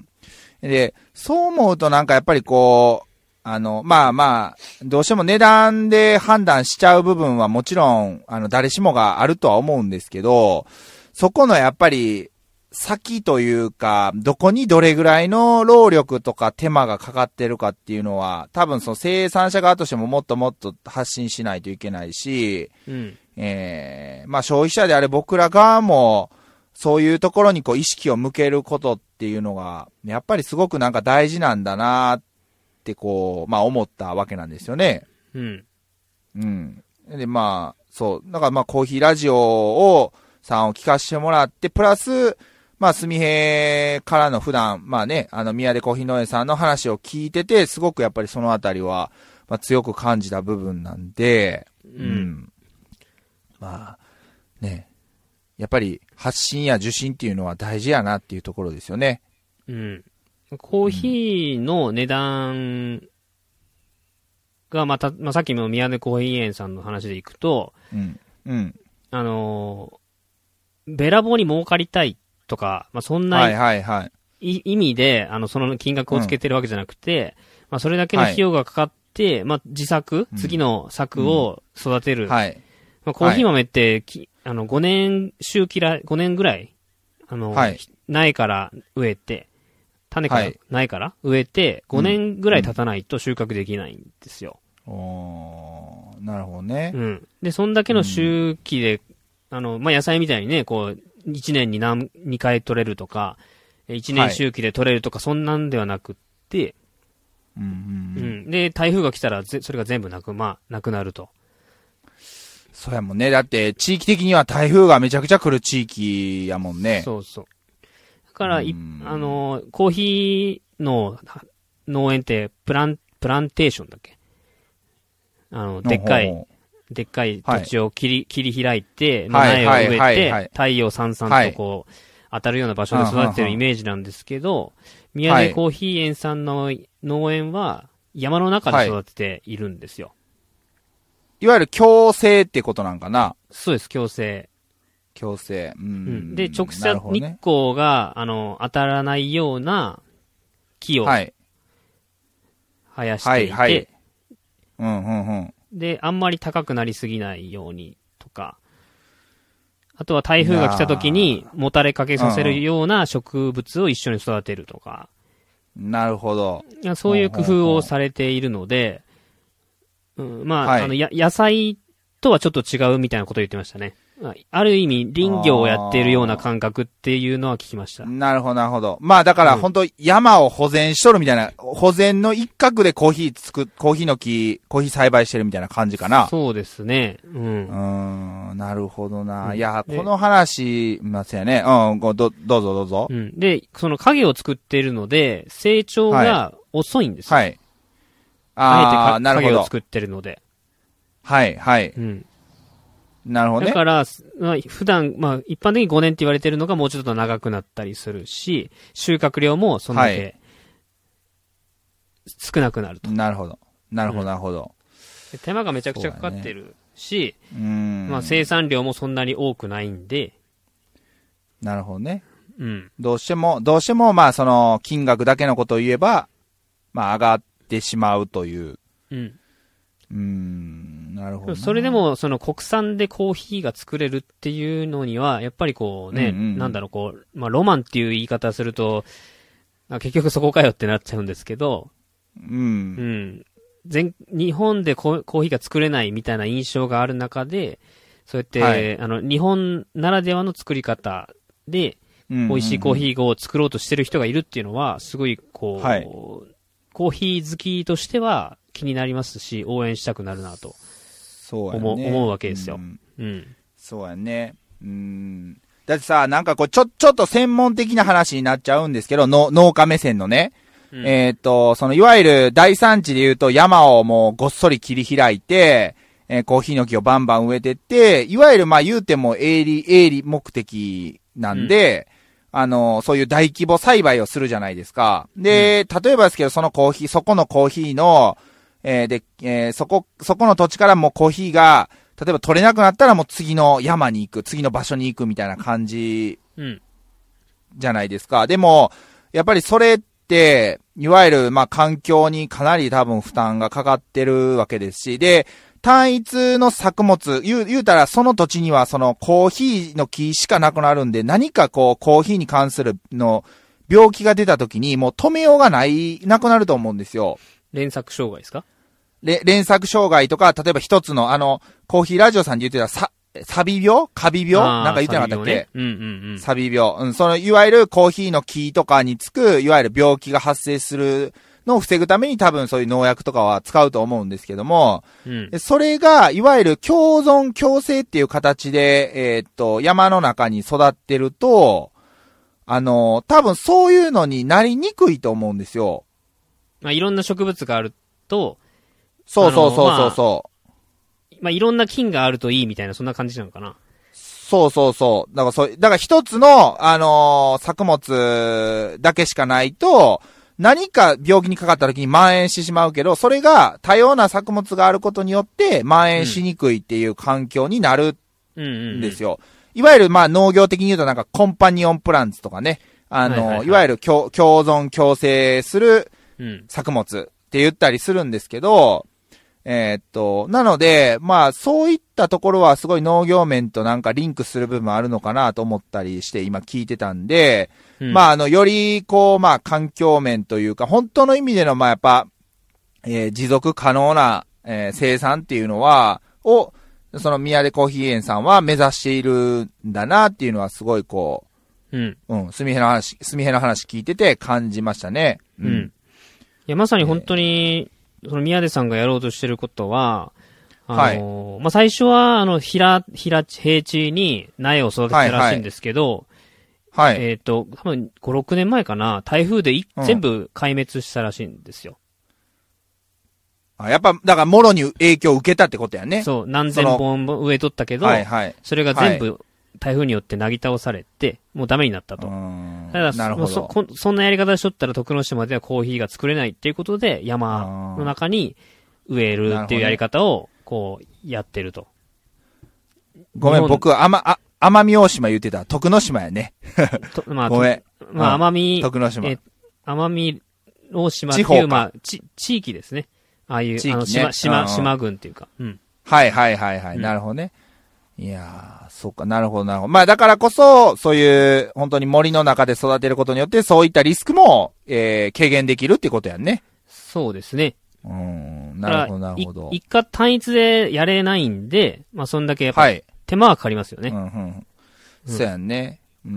S2: で、そう思うとなんかやっぱりこう、あの、まあまあ、どうしても値段で判断しちゃう部分はもちろん、あの、誰しもがあるとは思うんですけど、そこのやっぱり、先というか、どこにどれぐらいの労力とか手間がかかってるかっていうのは、多分その生産者側としてももっともっと発信しないといけないし、
S1: うん、
S2: えー、まあ消費者であれ僕ら側も、そういうところにこう意識を向けることっていうのが、やっぱりすごくなんか大事なんだなってこう、まあ思ったわけなんですよね。
S1: うん。
S2: うん。で、まあ、そう。だからまあコーヒーラジオを、さんを聞かせてもらって、プラス、まあ、すみへからの普段、まあね、あの、宮出コーヒー農園さんの話を聞いてて、すごくやっぱりそのあたりは、まあ、強く感じた部分なんで、
S1: うん。うん、
S2: まあ、ね、やっぱり発信や受信っていうのは大事やなっていうところですよね。
S1: うん。コーヒーの値段が、また、まあ、さっきの宮出コーヒー園さんの話でいくと、
S2: うん。うん。
S1: あのー、べらぼうに儲かりたいとか、まあ、そんな、
S2: はいはいはい。
S1: 意味で、あの、その金額をつけてるわけじゃなくて、うん、まあ、それだけの費用がかかって、はい、まあ、自作、うん、次の作を育てる。
S2: うん、はい。
S1: まあ、コーヒー豆って、き、あの、ごねん周期ら、ごねんぐらい、あの、はい、苗から植えて、種から苗から植えて、ごねんぐらい経たないと収穫できないんですよ。
S2: うん、おー、なるほどね。
S1: うん。で、そんだけの周期で、うん、あの、まあ、野菜みたいにね、こう、いちねんに何、にかい取れるとか、いちねん周期で取れるとか、そんなんではなくって、
S2: うんうんうん、
S1: うん。で、台風が来たらぜ、それが全部なく、まあ、なくなると。
S2: そうやもんね。だって、地域的には台風がめちゃくちゃ来る地域やもんね。
S1: そうそう。だから、いあの、コーヒーの農園って、プラン、プランテーションだっけ？あの、でっかい、でっかい土地を切り、はい、切り開いて、苗を植えて、太陽さんさんとこう、当たるような場所で育ててるイメージなんですけど、宮出コーヒー園さんの農園は山の中で育てているんですよ。はい、
S2: いわゆる共生ってことなんかな？
S1: そうです、共生。
S2: 共生。うん。うん、
S1: で、直射日光が、ね、あの、当たらないような木を生やしていて、はいはいはい、
S2: うんうんうん。
S1: で、あんまり高くなりすぎないようにとか、あとは台風が来た時にもたれかけさせるような植物を一緒に育てるとか。
S2: なるほど。
S1: そういう工夫をされているので、うん、まあ、はい、あの、や、野菜とはちょっと違うみたいなことを言ってましたね。ある意味、林業をやっているような感覚っていうのは聞きました。
S2: なるほど、なるほど。まあ、だから、本当、うん、山を保全しとるみたいな、保全の一角でコーヒーつく、コーヒーの木、コーヒー栽培してるみたいな感じかな。
S1: そうですね。うん。
S2: うーん、なるほどな。うん、いや、この話、ませやね。うん、ど、どうぞどうぞ。
S1: うん。で、その影を作っているので、成長が遅いんですよ。
S2: はい。
S1: あえて影を作ってるので。
S2: はい、はい。
S1: うん。
S2: なるほどね。
S1: だから、まあ、普段、まあ、一般的にごねんって言われてるのがもうちょっと長くなったりするし、収穫量もそんだけ少なくなると。
S2: はい、なるほど。なるほど、なるほど、
S1: うん。手間がめちゃくちゃかかってるし、
S2: う、ね、うん
S1: まあ、生産量もそんなに多くないんで。
S2: なるほどね。
S1: うん。
S2: どうしても、どうしても、まあ、その、金額だけのことを言えば、まあ、上がってしまうという。
S1: うん。
S2: うーん、なるほど。
S1: それでも、その国産でコーヒーが作れるっていうのには、やっぱりこうね、うんうんうん、なんだろう、こう、まあ、ロマンっていう言い方すると、結局そこかよってなっちゃうんですけど、
S2: うん。うん。
S1: 全、日本でコーヒーが作れないみたいな印象がある中で、そうやって、はい、あの、日本ならではの作り方で、美味しいコーヒーを作ろうとしてる人がいるっていうのは、すごい、こう、はい、コーヒー好きとしては気になりますし、応援したくなるなと
S2: そうや、
S1: ね、思, 思うわけですよ。
S2: うん。
S1: うん、
S2: そうやね。うん。だってさ、なんかこう、ちょ、ちょっと専門的な話になっちゃうんですけど、の農家目線のね。うん、えっと、その、いわゆる大産地で言うと山をもうごっそり切り開いて、えー、コーヒーの木をバンバン植えてって、いわゆるまあ言うても営利、営利目的なんで、うんあの、そういう大規模栽培をするじゃないですか。で、うん、例えばですけど、そのコーヒー、そこのコーヒーの、えー、で、えー、そこ、そこの土地からもうコーヒーが、例えば取れなくなったらもう次の山に行く、次の場所に行くみたいな感じ、じゃないですか。うん、でも、やっぱりそれって、いわゆる、まあ、環境にかなり多分負担がかかってるわけですし、で、単一の作物、言う、言うたらその土地にはそのコーヒーの木しかなくなるんで、何かこうコーヒーに関するの病気が出た時にもう止めようがない、なくなると思うんですよ。
S1: 連作障害ですか？
S2: れ連作障害とか、例えば一つのあの、コーヒーラジオさんで言ってたさ、サビ病カビ病なんか言ってなかったっけ、ね、
S1: うんうんうん。
S2: サビ病。うん、そのいわゆるコーヒーの木とかにつく、いわゆる病気が発生する、のを防ぐために多分そういう農薬とかは使うと思うんですけども、うん、それがいわゆる共存共生っていう形で、えー、っと、山の中に育ってると、あの、多分そういうのになりにくいと思うんですよ。
S1: まあ、いろんな植物があると、
S2: そうそうそうそうそう。
S1: まあ、まあ、いろんな菌があるといいみたいな、そんな感じなのかな。
S2: そうそうそう。だからそう、だから一つの、あのー、作物だけしかないと、何か病気にかかった時に蔓延してしまうけど、それが多様な作物があることによって蔓延しにくいっていう環境になるんですよ。いわゆるまあ農業的に言うとなんかコンパニオンプランツとかね、あの、はいはいはい、いわゆる共存共生する作物って言ったりするんですけど、えー、っと、なので、まあそういったところはすごい農業面となんかリンクする部分あるのかなと思ったりして今聞いてたんで、うん、まああの、よりこう、まあ環境面というか、本当の意味でのまあやっぱ、えー、持続可能な、えー、生産っていうのは、を、その宮出コーヒー園さんは目指しているんだなっていうのはすごいこう、うん。うん。すみへの話、すみへの話聞いてて感じましたね。
S1: うん。うん、いや、まさに本当に、えー、その宮出さんがやろうとしてることは、あのー、はい、まあ、最初は、あの、平、平地、平地に苗を育てたらしいんですけど、はい、はい。えっ、ー、と、多分ご、ろくねんまえかな、台風でい、うん、全部壊滅したらしいんですよ。
S2: あ、やっぱ、だから、もろに影響を受けたってことやね。
S1: そう、何千本植えとったけど、はいはい、それが全部、台風によってなぎ倒されて、もうダメになったと。ただ、なるほど。そ、そんなやり方しとったら徳之島ではコーヒーが作れないっていうことで、山の中に植えるっていうやり方を、こう、やってると。
S2: ごめん、僕、あま、あ、奄美大島言ってた。徳之島やね。まあ、ごめん。
S1: まあ、奄美、
S2: 徳之島。
S1: え、奄美大島っていう、まあ、ち、地域ですね。ああいう、ね、あの、島、島、島群っていうか。うん。
S2: はいはいはいはい。うん、なるほどね。いやー、そうか、なるほどなるほど。まあだからこそ、そういう、本当に森の中で育てることによって、そういったリスクも、えー、軽減できるってことやんね。
S1: そうですね。
S2: うん、なるほどなるほど。
S1: 一家単一でやれないんで、まあそんだけやっぱり、手間はかかりますよね。はい、うんうん。
S2: そうやんね。うん、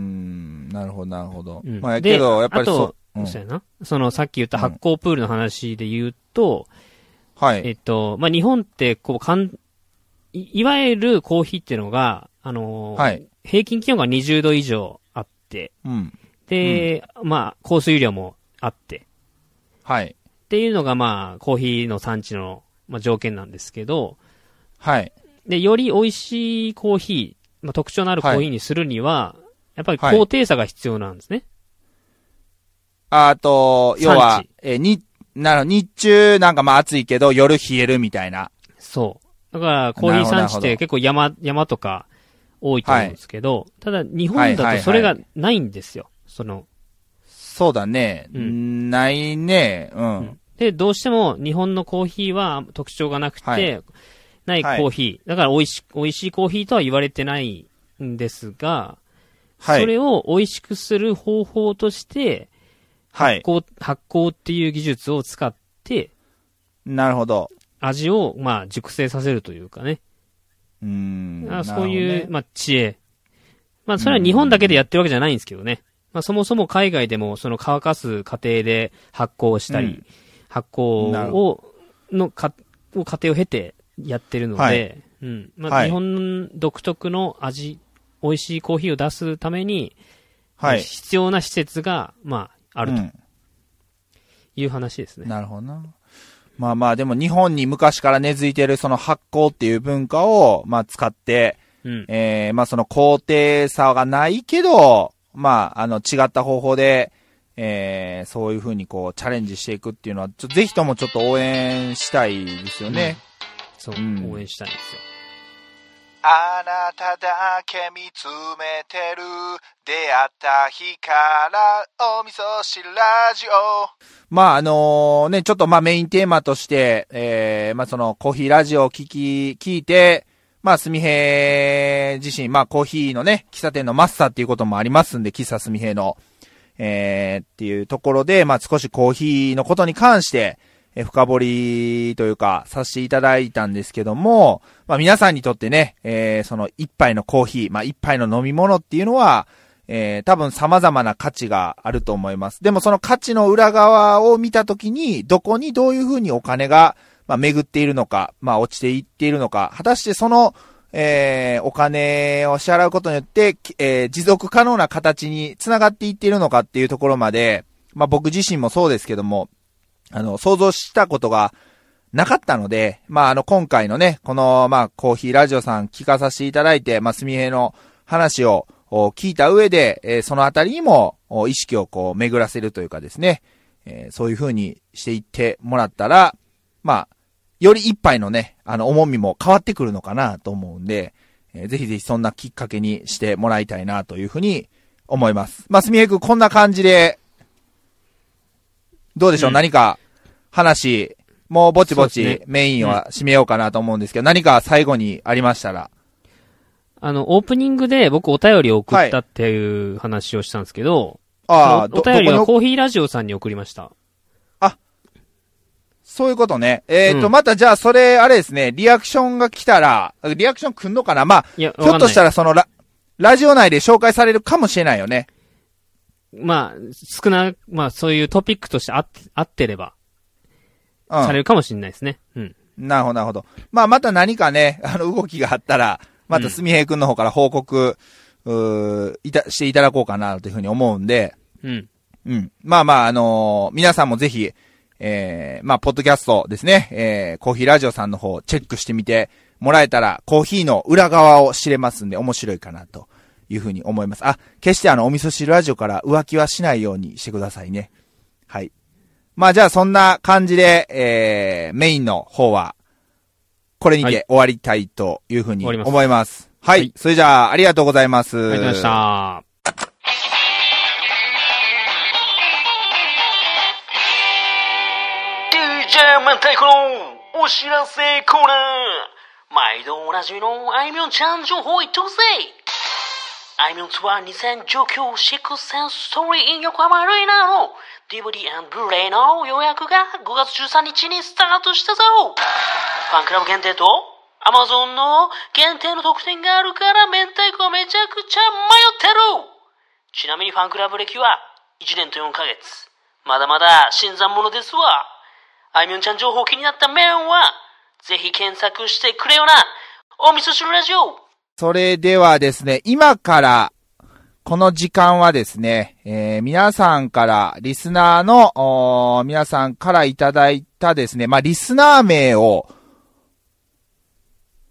S2: なるほどなるほど。うん、まあやけど、やっぱりそう。
S1: うん、そうやな。その、さっき言った発酵プールの話で言うと、うん、はい。えっと、まあ日本って、こう、かん、い, いわゆるコーヒーっていうのが、あのーはい、平均気温がにじゅうど以上あって、うん、で、うん、まあ、降水量もあって、はい。っていうのが、まあ、コーヒーの産地の、まあ、条件なんですけど、はい。 で、より美味しいコーヒー、まあ、特徴のあるコーヒーにするには、はい、やっぱり高低差が必要なんですね。
S2: はい、あと、要は、えー、に、なる日中なんかまあ暑いけど夜冷えるみたいな。
S1: そう。だからコーヒー産地って結構山、山とか多いと思うんですけど、はい、ただ日本だとそれがないんですよ。はいはいはい、その。
S2: そうだね。うん、ないね。うん。うん
S1: で、どうしても日本のコーヒーは特徴がなくて、はい、ないコーヒー、はい。だから美味し、美味しいコーヒーとは言われてないんですが、はい、それを美味しくする方法として、発酵、はい、発酵っていう技術を使って、
S2: なるほど。
S1: 味を、まあ、熟成させるというかね。
S2: うーん。
S1: あそういう、ね、まあ、知恵。まあ、それは日本だけでやってるわけじゃないんですけどね。まあ、そもそも海外でも、その乾かす過程で発酵したり、うん発酵を、のか、を過程を経てやってるので、はい、うん。まあ、はい、日本独特の味、美味しいコーヒーを出すために、はい、必要な施設が、まあ、あると、いう話ですね、
S2: うん。なるほどな。まあまあ、でも日本に昔から根付いてるその発酵っていう文化を、まあ使って、うん、えー、まあその高低差がないけど、まあ、あの、違った方法で、えー、そういう風にこうチャレンジしていくっていうのはちょぜひともちょっと応援したいですよね、
S1: うん、そう、うん、応援したいんですよ。
S2: あなただけ見つめてる出会った日からお味噌汁ラジオ。まああのねちょっとまあメインテーマとして、えー、まあそのコーヒーラジオを聞き聞いてまあすみへい自身まあコーヒーのね喫茶店のマスターっていうこともありますんで喫茶すみへいのえー、っていうところで、まあ、少しコーヒーのことに関して、えー、深掘りというか、させていただいたんですけども、まあ、皆さんにとってね、えー、その一杯のコーヒー、まあ、一杯の飲み物っていうのは、えー、多分様々な価値があると思います。でもその価値の裏側を見たときに、どこにどういうふうにお金が、まあ、巡っているのか、まあ、落ちていっているのか、果たしてその、えー、お金を支払うことによって、えー、持続可能な形につながっていっているのかっていうところまで、まあ僕自身もそうですけども、あの、想像したことがなかったので、まああの今回のね、このまあコーヒーラジオさん聞かさせていただいて、まあすみへいの話を聞いた上で、えー、そのあたりにも意識をこう巡らせるというかですね、えー、そういう風にしていってもらったら、まあ、より一杯のね、あの、重みも変わってくるのかなと思うんで、えー、ぜひぜひそんなきっかけにしてもらいたいなというふうに思います。まあ、すみへいくんこんな感じで、どうでしょう、うん、何か話、もうぼちぼちメインは締めようかなと思うんですけど、うん、何か最後にありましたら。
S1: あの、オープニングで僕お便りを送ったっていう話をしたんですけど、
S2: はい、あ
S1: お, お便りはコーヒーラジオさんに送りました。
S2: そういうことね。えっ、ー、と、うん、またじゃあそれ、あれですね、リアクションが来たら、リアクション来んのかなまあ、ひょっとしたらそのラ、ラジオ内で紹介されるかもしれないよね。
S1: まあ、少な、まあそういうトピックとしてあって、あってれば、うん、されるかもしれないですね。うん。
S2: なるほど、なるほど。まあまた何かね、あの動きがあったら、またすみへいくんの方から報告、うー、いた、していただこうかなというふうに思うんで、
S1: うん。
S2: うん。まあまあ、あのー、皆さんもぜひ、えー、まあ、ポッドキャストですね、えー、コーヒーラジオさんの方チェックしてみてもらえたら、コーヒーの裏側を知れますんで面白いかなというふうに思います。あ、決してあの、お味噌汁ラジオから浮気はしないようにしてくださいね。はい。まあ、じゃあそんな感じで、えー、メインの方は、これにて終わりたいというふうに思います。はい。はい、それじゃあ、ありがとうございます。
S1: ありがとうございました。
S3: 明太子のお知らせコーナー。毎度おなじみのあいみょんちゃん情報を言ってくぜ。あいみょんツアーにせんじゅうきゅうシックスセンスストーリー in 横浜アリーナの ディーブイディー ブルーレイの予約がごがつじゅうさんにちにスタートしたぞ。ファンクラブ限定と Amazon の限定の特典があるから明太子はめちゃくちゃ迷ってる。ちなみにファンクラブ歴はいちねんとよんかげつ。まだまだ新参者ですわ。あいみょんちゃん情報気になった面はぜひ検索してくれよな。お味噌汁ラジオ。
S2: それではですね、今からこの時間はですね、えー、皆さんからリスナーの皆さんからいただいたですね、まあリスナー名を聞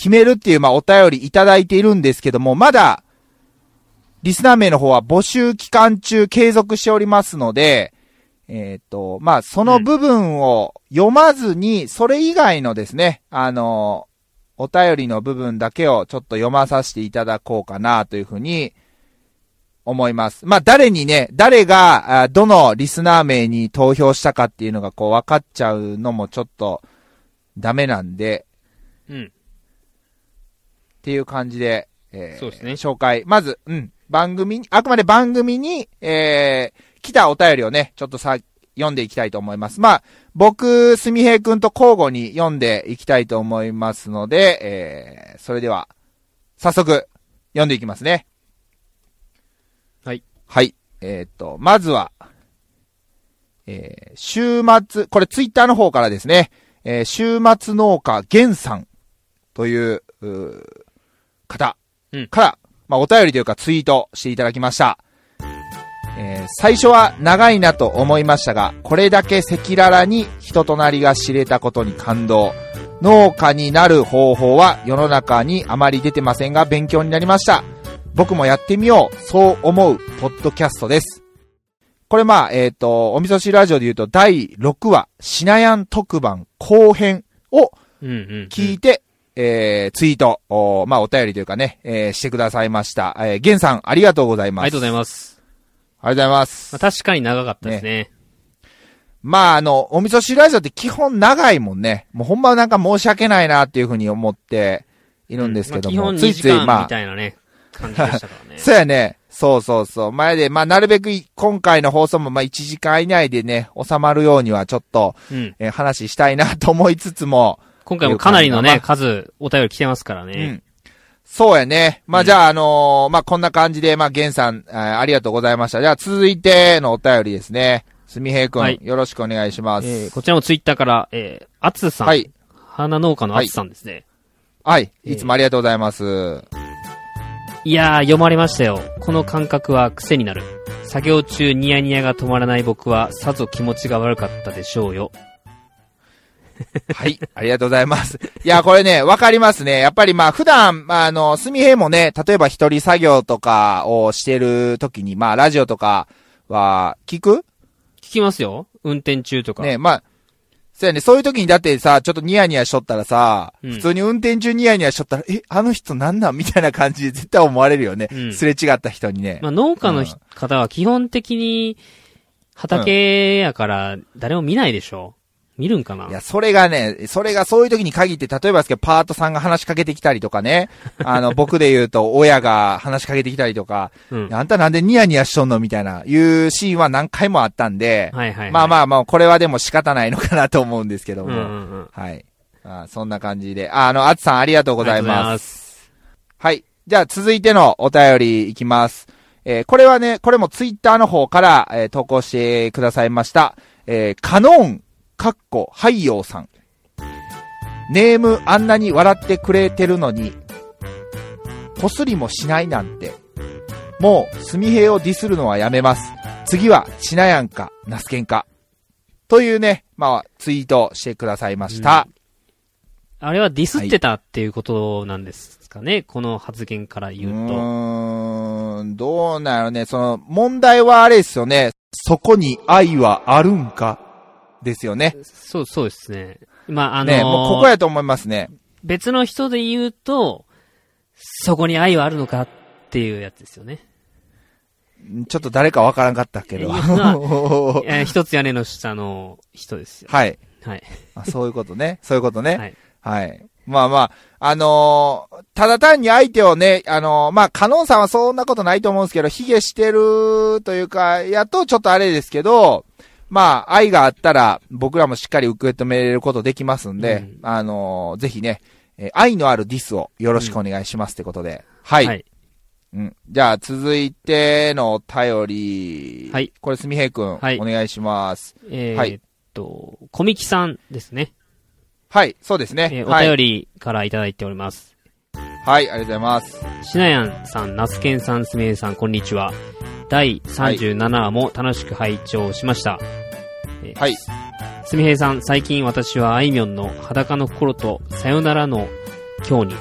S2: 決めるっていう、まあ、お便りいただいているんですけども、まだ、リスナー名の方は募集期間中継続しておりますので、えっと、まあ、その部分を読まずに、それ以外のですね、あの、お便りの部分だけをちょっと読まさせていただこうかなというふうに思います。まあ、誰にね、誰が、どのリスナー名に投票したかっていうのがこう分かっちゃうのもちょっとダメなんで、
S1: うん。
S2: っていう感じで、えー、
S1: そうですね。
S2: 紹介。まず、うん。番組に、あくまで番組に、えー、来たお便りをね、ちょっとさ、読んでいきたいと思います。まあ、僕、すみへいくんと交互に読んでいきたいと思いますので、えー、それでは、早速、読んでいきますね。
S1: はい。
S2: はい。えー、っと、まずは、えー、週末、これツイッターの方からですね、えー、週末農家ゲンさんという、う方から、うん、まあ、お便りというかツイートしていただきました。えー、最初は長いなと思いましたが、これだけ赤裸々に人となりが知れたことに感動。農家になる方法は世の中にあまり出てませんが勉強になりました。僕もやってみよう、そう思うポッドキャストです。これまあ、えっと、お味噌汁ラジオで言うとだいろくわ、しなやん特番後編を聞いて、うんうんうんえー、ツイート、おまあ、お便りというかね、えー、してくださいました。えー、ゲンさん、ありがとうございます。
S1: ありがとうございます。
S2: ありがとうございます。
S1: まあ、確かに長かったですね。ね
S2: まあ、あの、お味噌汁ラジオって基本長いもんね。もうほんまなんか申し訳ないなっていうふうに思っているんですけども。
S1: うんまあ、基本にじかんみたいなね、まあ、感じでしたからね。
S2: そうやね。そうそうそう。前で、まあ、なるべく今回の放送もまあいちじかん以内でね、収まるようにはちょっと、うんえー、話したいなと思いつつも、
S1: 今回もかなりのね、数、お便り来てますからね。うん。
S2: そうやね。まあ、うん、じゃあ、あのー、まあ、こんな感じで、まあ、ゲンさん、ありがとうございました。じゃあ、続いてのお便りですね。すみへいくん、はい、よろしくお願いします。
S1: えー、こちらもツイッターから、えー、あつさん。はい。花農家のあつさんですね。
S2: はい。はい、いつもありがとうございます。えー、
S1: いやー、読まれましたよ。この感覚は癖になる。作業中ニヤニヤが止まらない僕は、さぞ気持ちが悪かったでしょうよ。
S2: はい、ありがとうございます。いや、これね、わかりますね。やっぱりまあ、普段、あの、すみへいもね、例えば一人作業とかをしてるときに、まあ、ラジオとかは、聞く？
S1: 聞きますよ。運転中とか。
S2: ね、まあ、そうやね、そういうときにだってさ、ちょっとニヤニヤしとったらさ、うん、普通に運転中ニヤニヤしとったら、え、あの人なんなんみたいな感じで絶対思われるよね。うん、すれ違った人にね。
S1: まあ、農家の、うん、方は基本的に、畑やから誰も見ないでしょ。見るんかな。
S2: いや、それがね、それがそういう時に限って、例えばですけど、パートさんが話しかけてきたりとかね、あの、僕で言うと、親が話しかけてきたりとか、うん、あんたなんでニヤニヤしとんのみたいな、いうシーンは何回もあったんで、はいはいはい、まあまあまあ、これはでも仕方ないのかなと思うんですけども、うんうんうん、はい。あそんな感じで、あ、あの、あつさんありがとうございます。ありがとうございます。はい。じゃあ、続いてのお便りいきます。えー、これはね、これもツイッターの方から、えー、投稿してくださいました。えー、カノーン、かっこ、ハイヨーさん。ネームあんなに笑ってくれてるのに、こすりもしないなんて。もう、すみへいをディスるのはやめます。次は、しなやんか、なすけんか。というね、まあ、ツイートしてくださいました。
S1: うん、あれはディスってたっていうことなんですかね、はい、この発言から言うと。う
S2: ーん、どうなのね、その、問題はあれですよね。そこに愛はあるんかですよね。
S1: そう、そうですね。まあ、あのー、
S2: ね、もうここやと思いますね。
S1: 別の人で言うと、そこに愛はあるのかっていうやつですよね。
S2: ちょっと誰かわからんかったけど。
S1: 一つ屋根の下の人ですよ、
S2: ね。はい。
S1: はい。
S2: あ、そういうことね。そういうことね。はい。はい。まあまあ、あのー、ただ単に相手をね、あのー、まあ、カノンさんはそんなことないと思うんですけど、卑下してるというか、やっとちょっとあれですけど、まあ、愛があったら、僕らもしっかり受け止めれることできますんで、うん、あのー、ぜひね、えー、愛のあるディスをよろしくお願いしますってことで、うん、はい。はい。うん。じゃあ、続いてのお便り。はい。これ、すみへいくん、はい、お願いします。
S1: えー、はい。えっと、小みきさんですね。
S2: はい、そうですね。
S1: えー、お便りからいただいております。
S2: はい、ありがとうございます。
S1: しなやんさん、なすけんさん、すみへいさん、こんにちは。だいさんじゅうななわも楽しく拝聴しました。はい。すみへいさん、最近私はあいみょんの裸の心とさよならの今日に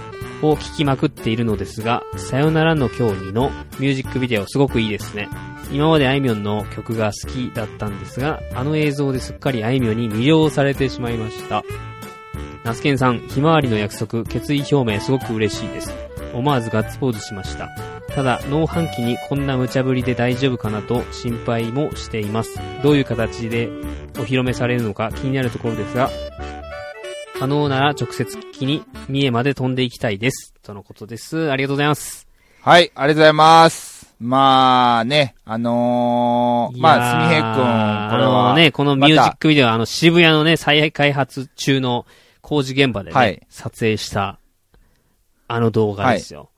S1: を聴きまくっているのですが、さよならの今日にのミュージックビデオすごくいいですね。今まであいみょんの曲が好きだったんですが、あの映像ですっかりあいみょんに魅了されてしまいました。ナスケンさん、ひまわりの約束、決意表明すごく嬉しいです。思わずガッツポーズしました。ただ、農飯期にこんな無茶ぶりで大丈夫かなと心配もしています。どういう形でお披露目されるのか気になるところですが、可能なら直接聞きに三重まで飛んでいきたいです。とのことです。ありがとうございます。
S2: はい、ありがとうございます。まあね、あのー、まあ、すみへいくん、これは。
S1: あのね、このミュージックビデオは、あの、渋谷のね、再開発中の工事現場でね、はい、撮影した、あの動画ですよ。はい、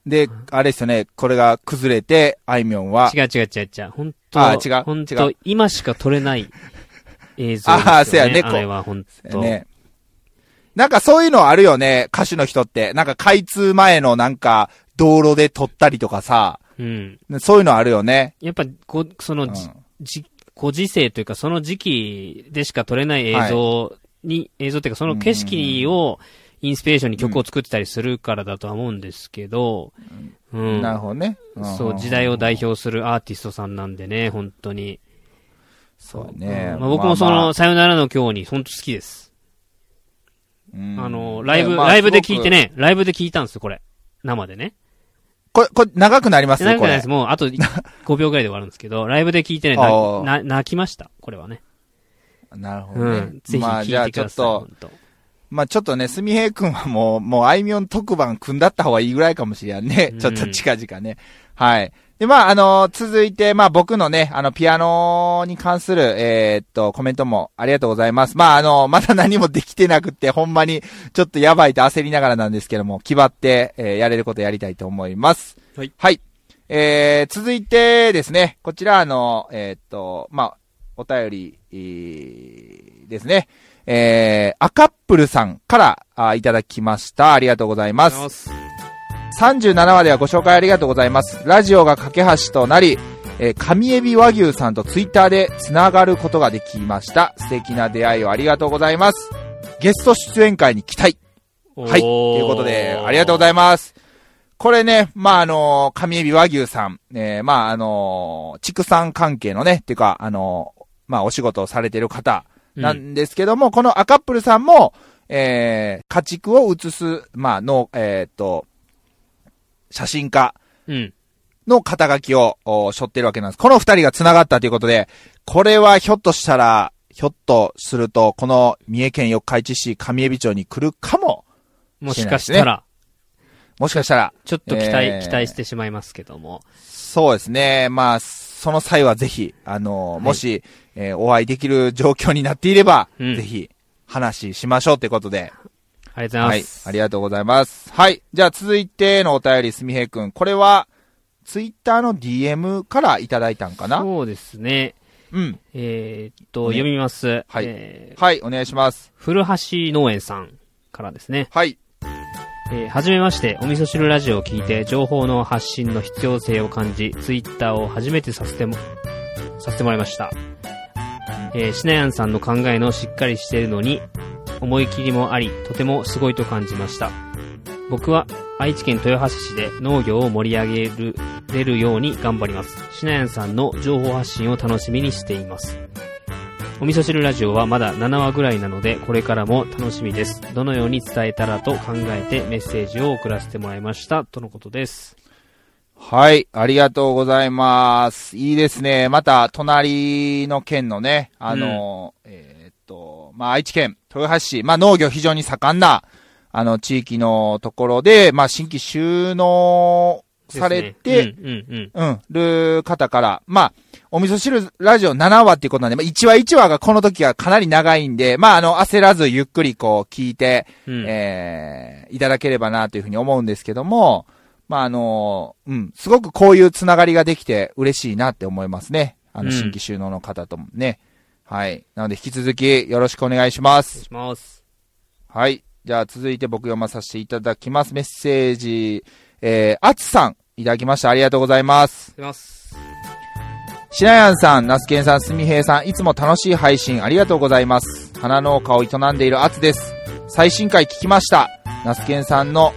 S1: で、あれですよね、これが崩れて、あいみょんは。
S2: 違う
S1: 違う違う違う。ほんと、
S2: あ、違う。
S1: ほんと、今しか撮れない映像ですよね。
S2: ああ、そうやね、
S1: あれはほんと。ね。
S2: なんかそういうのあるよね、歌手の人って。なんか開通前のなんか、道路で撮ったりとかさ。うん。そういうのあるよね。
S1: やっぱ、ご、その、うん、じ、ご時世というか、その時期でしか撮れない映像に、はい、映像っていうか、その景色を、インスピレーションに曲を作ってたりするからだとは思うんですけど、
S2: うん。うん、なるほどね。
S1: そう、時代を代表するアーティストさんなんでね、本当に。
S2: そうね。
S1: まあ、僕もその、まあまあ、さよならの今日に、本当好きです。うん、あの、ライブ、まあ、ライブで聞いてね、ライブで聞いたんですよ、これ。生でね。
S2: これ、これ、長くなりますね、
S1: 長くなります。もう、あとごびょうぐらいで終わるんですけど、ライブで聞いてね、な、な、泣きました、これはね。
S2: なるほどね。うん、
S1: ぜひ聞いてください。まあ、じゃあちょっと、
S2: まあ、ちょっとね、すみへいくんはもう、もう、あいみょん特番組んだった方がいいぐらいかもしれんね。うん、ちょっと近々ね。はい。で、まあ、あのー、続いて、まあ、僕のね、あの、ピアノに関する、えー、っと、コメントもありがとうございます。まあ、あのー、まだ何もできてなくって、ほんまに、ちょっとやばいと焦りながらなんですけども、気張って、えー、やれることやりたいと思います。
S1: はい。
S2: はい。えー、続いてですね、こちら、あの、えー、っと、まあ、お便り、えー、ですね。えー、アカップルさんからあいただきました。ありがとうございます。さんじゅうななわではご紹介ありがとうございます。ラジオが架け橋となり、えー、神エビ和牛さんとツイッターでつながることができました。素敵な出会いをありがとうございます。ゲスト出演会に期待。はい。ということで、ありがとうございます。これね、まあ、あのー、神エビ和牛さん、えー、まあ、あのー、畜産関係のね、っていうか、あのー、まあ、お仕事をされている方なんですけども、うん、このアカップルさんも、えー、家畜を移す、まあ、の、えー、っと、写真家の肩書きを背負ってるわけなんです。この二人が繋がったということで、これはひょっとしたら、ひょっとすると、この三重県四日市市上海老町に来るかもしれないですね。もしかしたら。もしかしたら。
S1: ちょっと期待、えー、期待してしまいますけども。
S2: そうですね。まあ、その際はぜひ、あの、はい、もし、えー、お会いできる状況になっていれば、うん、ぜひ、話しましょうってことで。
S1: ありがとうございます。
S2: はい。ありがとうございます。はい。じゃあ続いてのお便り、すみへいくん。これは、ツイッターの ディーエム からいただいたんかな？
S1: そうですね。
S2: うん。
S1: えー、っと、ね、読みます。
S2: はい、
S1: え
S2: ー。はい、お願いします。
S1: 古橋農園さんからですね。
S2: はい。
S1: えー、はじめまして、お味噌汁ラジオを聞いて、情報の発信の必要性を感じ、ツイッターを初めてさせても、させてもらいました。えー、しなやんさんの考えのしっかりしているのに、思い切りもあり、とてもすごいと感じました。僕は愛知県豊橋市で農業を盛り上げるれるように頑張ります。しなやんさんの情報発信を楽しみにしています。お味噌汁ラジオはまだななわぐらいなので、これからも楽しみです。どのように伝えたらと考えてメッセージを送らせてもらいました。とのことです。
S2: はい、ありがとうございます。いいですね。また、隣の県のね、あの、うん、えー、っと、まあ、愛知県豊橋市、まあ、農業非常に盛んな、あの、地域のところで、まあ、新規収納されて、ね、うん、うん、うん。うん、る方から、まあ、お味噌汁ラジオななわっていうことなんで、まあ、いちわいちわがこの時はかなり長いんで、まあ、あの、焦らずゆっくりこう聞いて、うん、えー、いただければなというふうに思うんですけども、まあ、あの、うん、すごくこういうつながりができて嬉しいなって思いますね。あの、新規収納の方ともね。うん、はい。なので、引き続きよろしくお願いします。
S1: お願いします。
S2: はい。じゃあ、続いて僕読まさせていただきます。メッセージ、えー、あつさん、いただきました。ありがとうございます。
S1: ありがとうございます。
S2: しなやんさん、なすけんさん、すみへいさん、いつも楽しい配信ありがとうございます。花農家を営んでいるあつです。最新回聞きました。なすけんさんの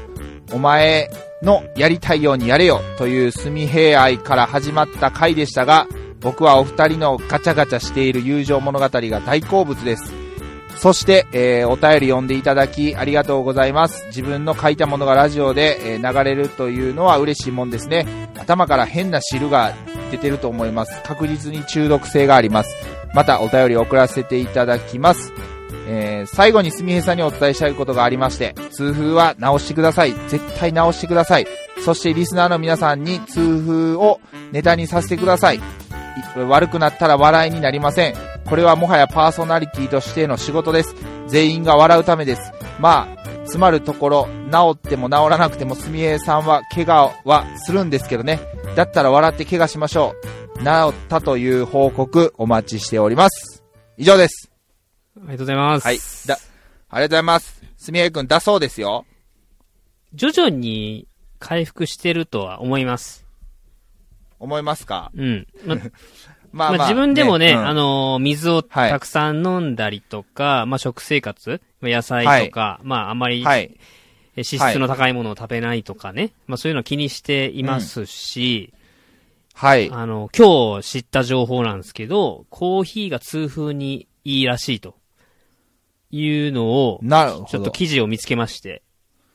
S2: お前のやりたいようにやれよというすみへい愛から始まった回でしたが、僕はお二人のガチャガチャしている友情物語が大好物です。そして、えー、お便り読んでいただきありがとうございます。自分の書いたものがラジオで、えー、流れるというのは嬉しいもんですね。頭から変な汁が出てると思います。確実に中毒性があります。またお便り送らせていただきます。えー、最後にすみへいさんにお伝えしたいことがありまして、痛風は直してください。絶対直してください。そしてリスナーの皆さんに痛風をネタにさせてください。悪くなったら笑いになりません。これはもはやパーソナリティとしての仕事です。全員が笑うためです。まあ詰まるところ、治っても治らなくてもすみへいさんは怪我はするんですけどね。だったら笑って怪我しましょう。治ったという報告お待ちしております。以上です。
S1: ありがとうございます。
S2: はい。だ、ありがとうございます。すみへいくんだそうですよ。
S1: 徐々に回復してるとは思います。
S2: 思いますか？
S1: うん。ま、まあ、
S2: まあ、
S1: まあ、自分でもね、ね、うん、あのー、水を
S2: た
S1: くさん飲んだりとか、はい、まあ、食生活、野菜とか、はい、まあ、あまり、はい、脂質の高いものを食べないとかね、はい、まあ、そういうのを気にしていますし、うん、
S2: はい。
S1: あの、今日知った情報なんですけど、コーヒーが痛風にいいらしいというのを、
S2: なるほど。
S1: ちょっと記事を見つけまして、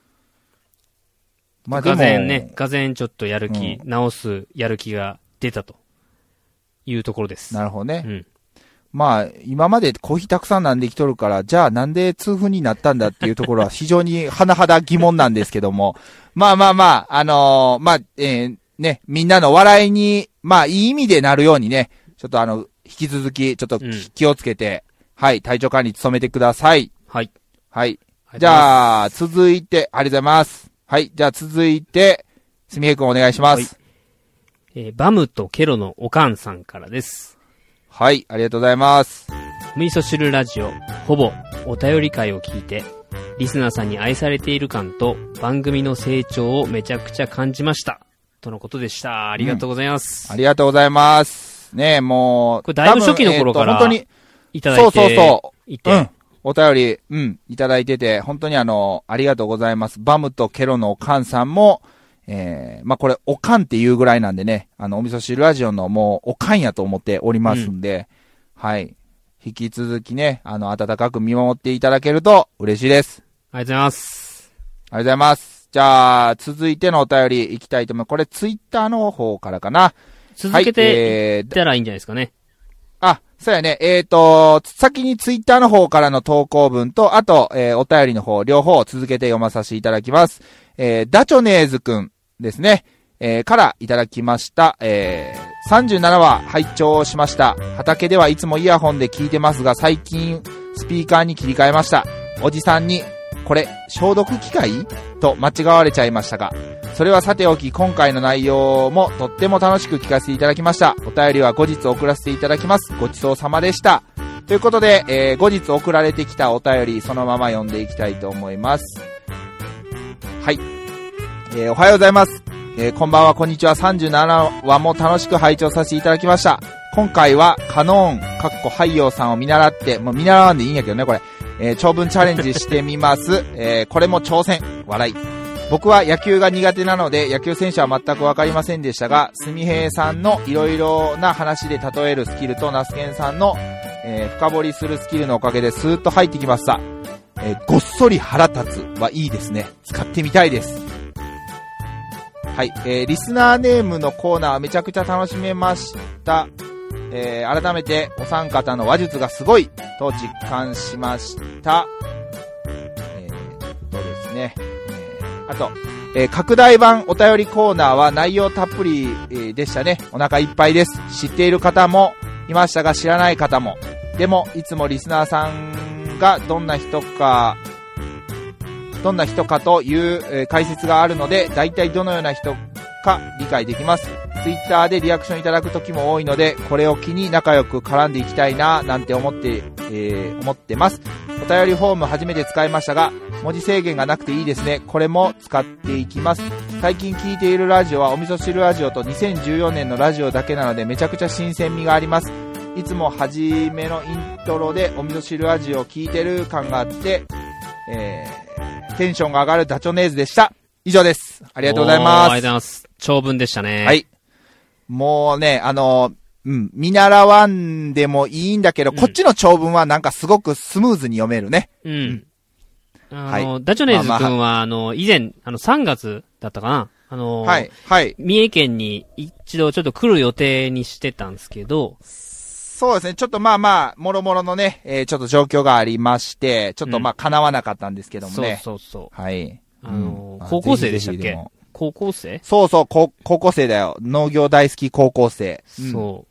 S1: まあ、がぜんね、がぜんちょっとやる気、うん、直すやる気が出たというところです。
S2: なるほどね。
S1: うん。
S2: まあ、今までコーヒーたくさん飲んできとるから、じゃあなんで痛風になったんだっていうところは非常に甚だ疑問なんですけども、まあまあまあ、あのー、まあ、えー、ね、みんなの笑いに、まあ、いい意味でなるようにね、ちょっとあの、引き続き、ちょっと気をつけて、うん、はい、体調管理努めてください。
S1: はい。
S2: はい。じゃあ、続いて、ありがとうございます。はい。じゃあ続いて、すみへいくんお願いします。はい、
S1: えー、バムとケロのおかんさんからです。
S2: はい。ありがとうございます。
S1: お味噌汁ラジオ、ほぼお便り会を聞いて、リスナーさんに愛されている感と番組の成長をめちゃくちゃ感じました。とのことでした。ありがとうございます。
S2: うん、ありがとうございます。ねえ、もう。
S1: これだいぶ初期の頃から、えー、本当にいただいていて。
S2: そうそうそう。うん。お便り、うん、いただいてて、本当にあの、ありがとうございます。バムとケロのおかんさんも、えー、まあ、これ、おかんっていうぐらいなんでね、あの、お味噌汁ラジオのもう、おかんやと思っておりますんで、うん、はい。引き続きね、あの、温かく見守っていただけると嬉しいです。
S1: ありがとうございます。
S2: ありがとうございます。じゃあ、続いてのお便りいきたいと思います。これ、ツイッターの方からかな。
S1: 続けていったらいいんじゃないですかね。
S2: あ、そうやね。えっと、先にツイッターの方からの投稿文と、あと、えー、お便りの方、両方続けて読まさせていただきます。えー、ダチョネーズくんですね。えー、からいただきました。えー、さんじゅうななわ拝聴しました。畑ではいつもイヤホンで聞いてますが、最近スピーカーに切り替えました。おじさんに、これ、消毒機械と間違われちゃいましたが、それはさておき、今回の内容もとっても楽しく聞かせていただきました。お便りは後日送らせていただきます。ごちそうさまでした。ということで、えー、後日送られてきたお便り、そのまま読んでいきたいと思います。はい。えー、おはようございます。えー、こんばんは、こんにちは。さんじゅうななわも楽しく拝聴させていただきました。今回は、カノーン、かっこハイヨーさんを見習って、もう見習わんでいいんやけどね、これ。えー、長文チャレンジしてみます。えー、これも挑戦。笑い。僕は野球が苦手なので野球選手は全くわかりませんでしたが、すみへいさんのいろいろな話で例えるスキルとナスケンさんの、えー、深掘りするスキルのおかげでスーッと入ってきました。えー、ごっそり腹立つはいいですね。使ってみたいです。はい、えー、リスナーネームのコーナーめちゃくちゃ楽しめました。えー、改めてお三方の話術がすごいと実感しました。えー、とですね。あと、えー、拡大版お便りコーナーは内容たっぷり、えー、でしたね。お腹いっぱいです。知っている方もいましたが知らない方も。でも、いつもリスナーさんがどんな人か、どんな人かという、えー、解説があるので、大体どのような人か理解できます。ツイッターでリアクションいただく時も多いので、これを機に仲良く絡んでいきたいな、なんて思って、えー、思ってます。お便りフォーム初めて使いましたが、文字制限がなくていいですね。これも使っていきます。最近聞いているラジオはお味噌汁ラジオとにせんじゅうよねんのラジオだけなのでめちゃくちゃ新鮮味があります。いつも初めのイントロでお味噌汁ラジオを聞いてる感があって、えー、テンションが上がるダチョネーズでした。以以上です。ありがとうございます。
S1: ありがとうございます。長文でしたね。
S2: はい。もうね、あの、うん、見習わんでもいいんだけど、うん、こっちの長文はなんかすごくスムーズに読めるね。
S1: うん。うんあの、はい、ダチョネーズ君は、まあまあ、あの、以前、あの、さんがつだったかなあの、
S2: はい、はい。
S1: 三重県に一度ちょっと来る予定にしてたんですけど、
S2: そうですね、ちょっとまあまあ、もろもろのね、えー、ちょっと状況がありまして、ちょっとまあ、叶わなかったんですけどもね。
S1: うん、そうそうそう。
S2: はい。
S1: あの、うん、高校生でしたっけ高校生
S2: そうそう、高校生だよ。農業大好き高校生。
S1: そう。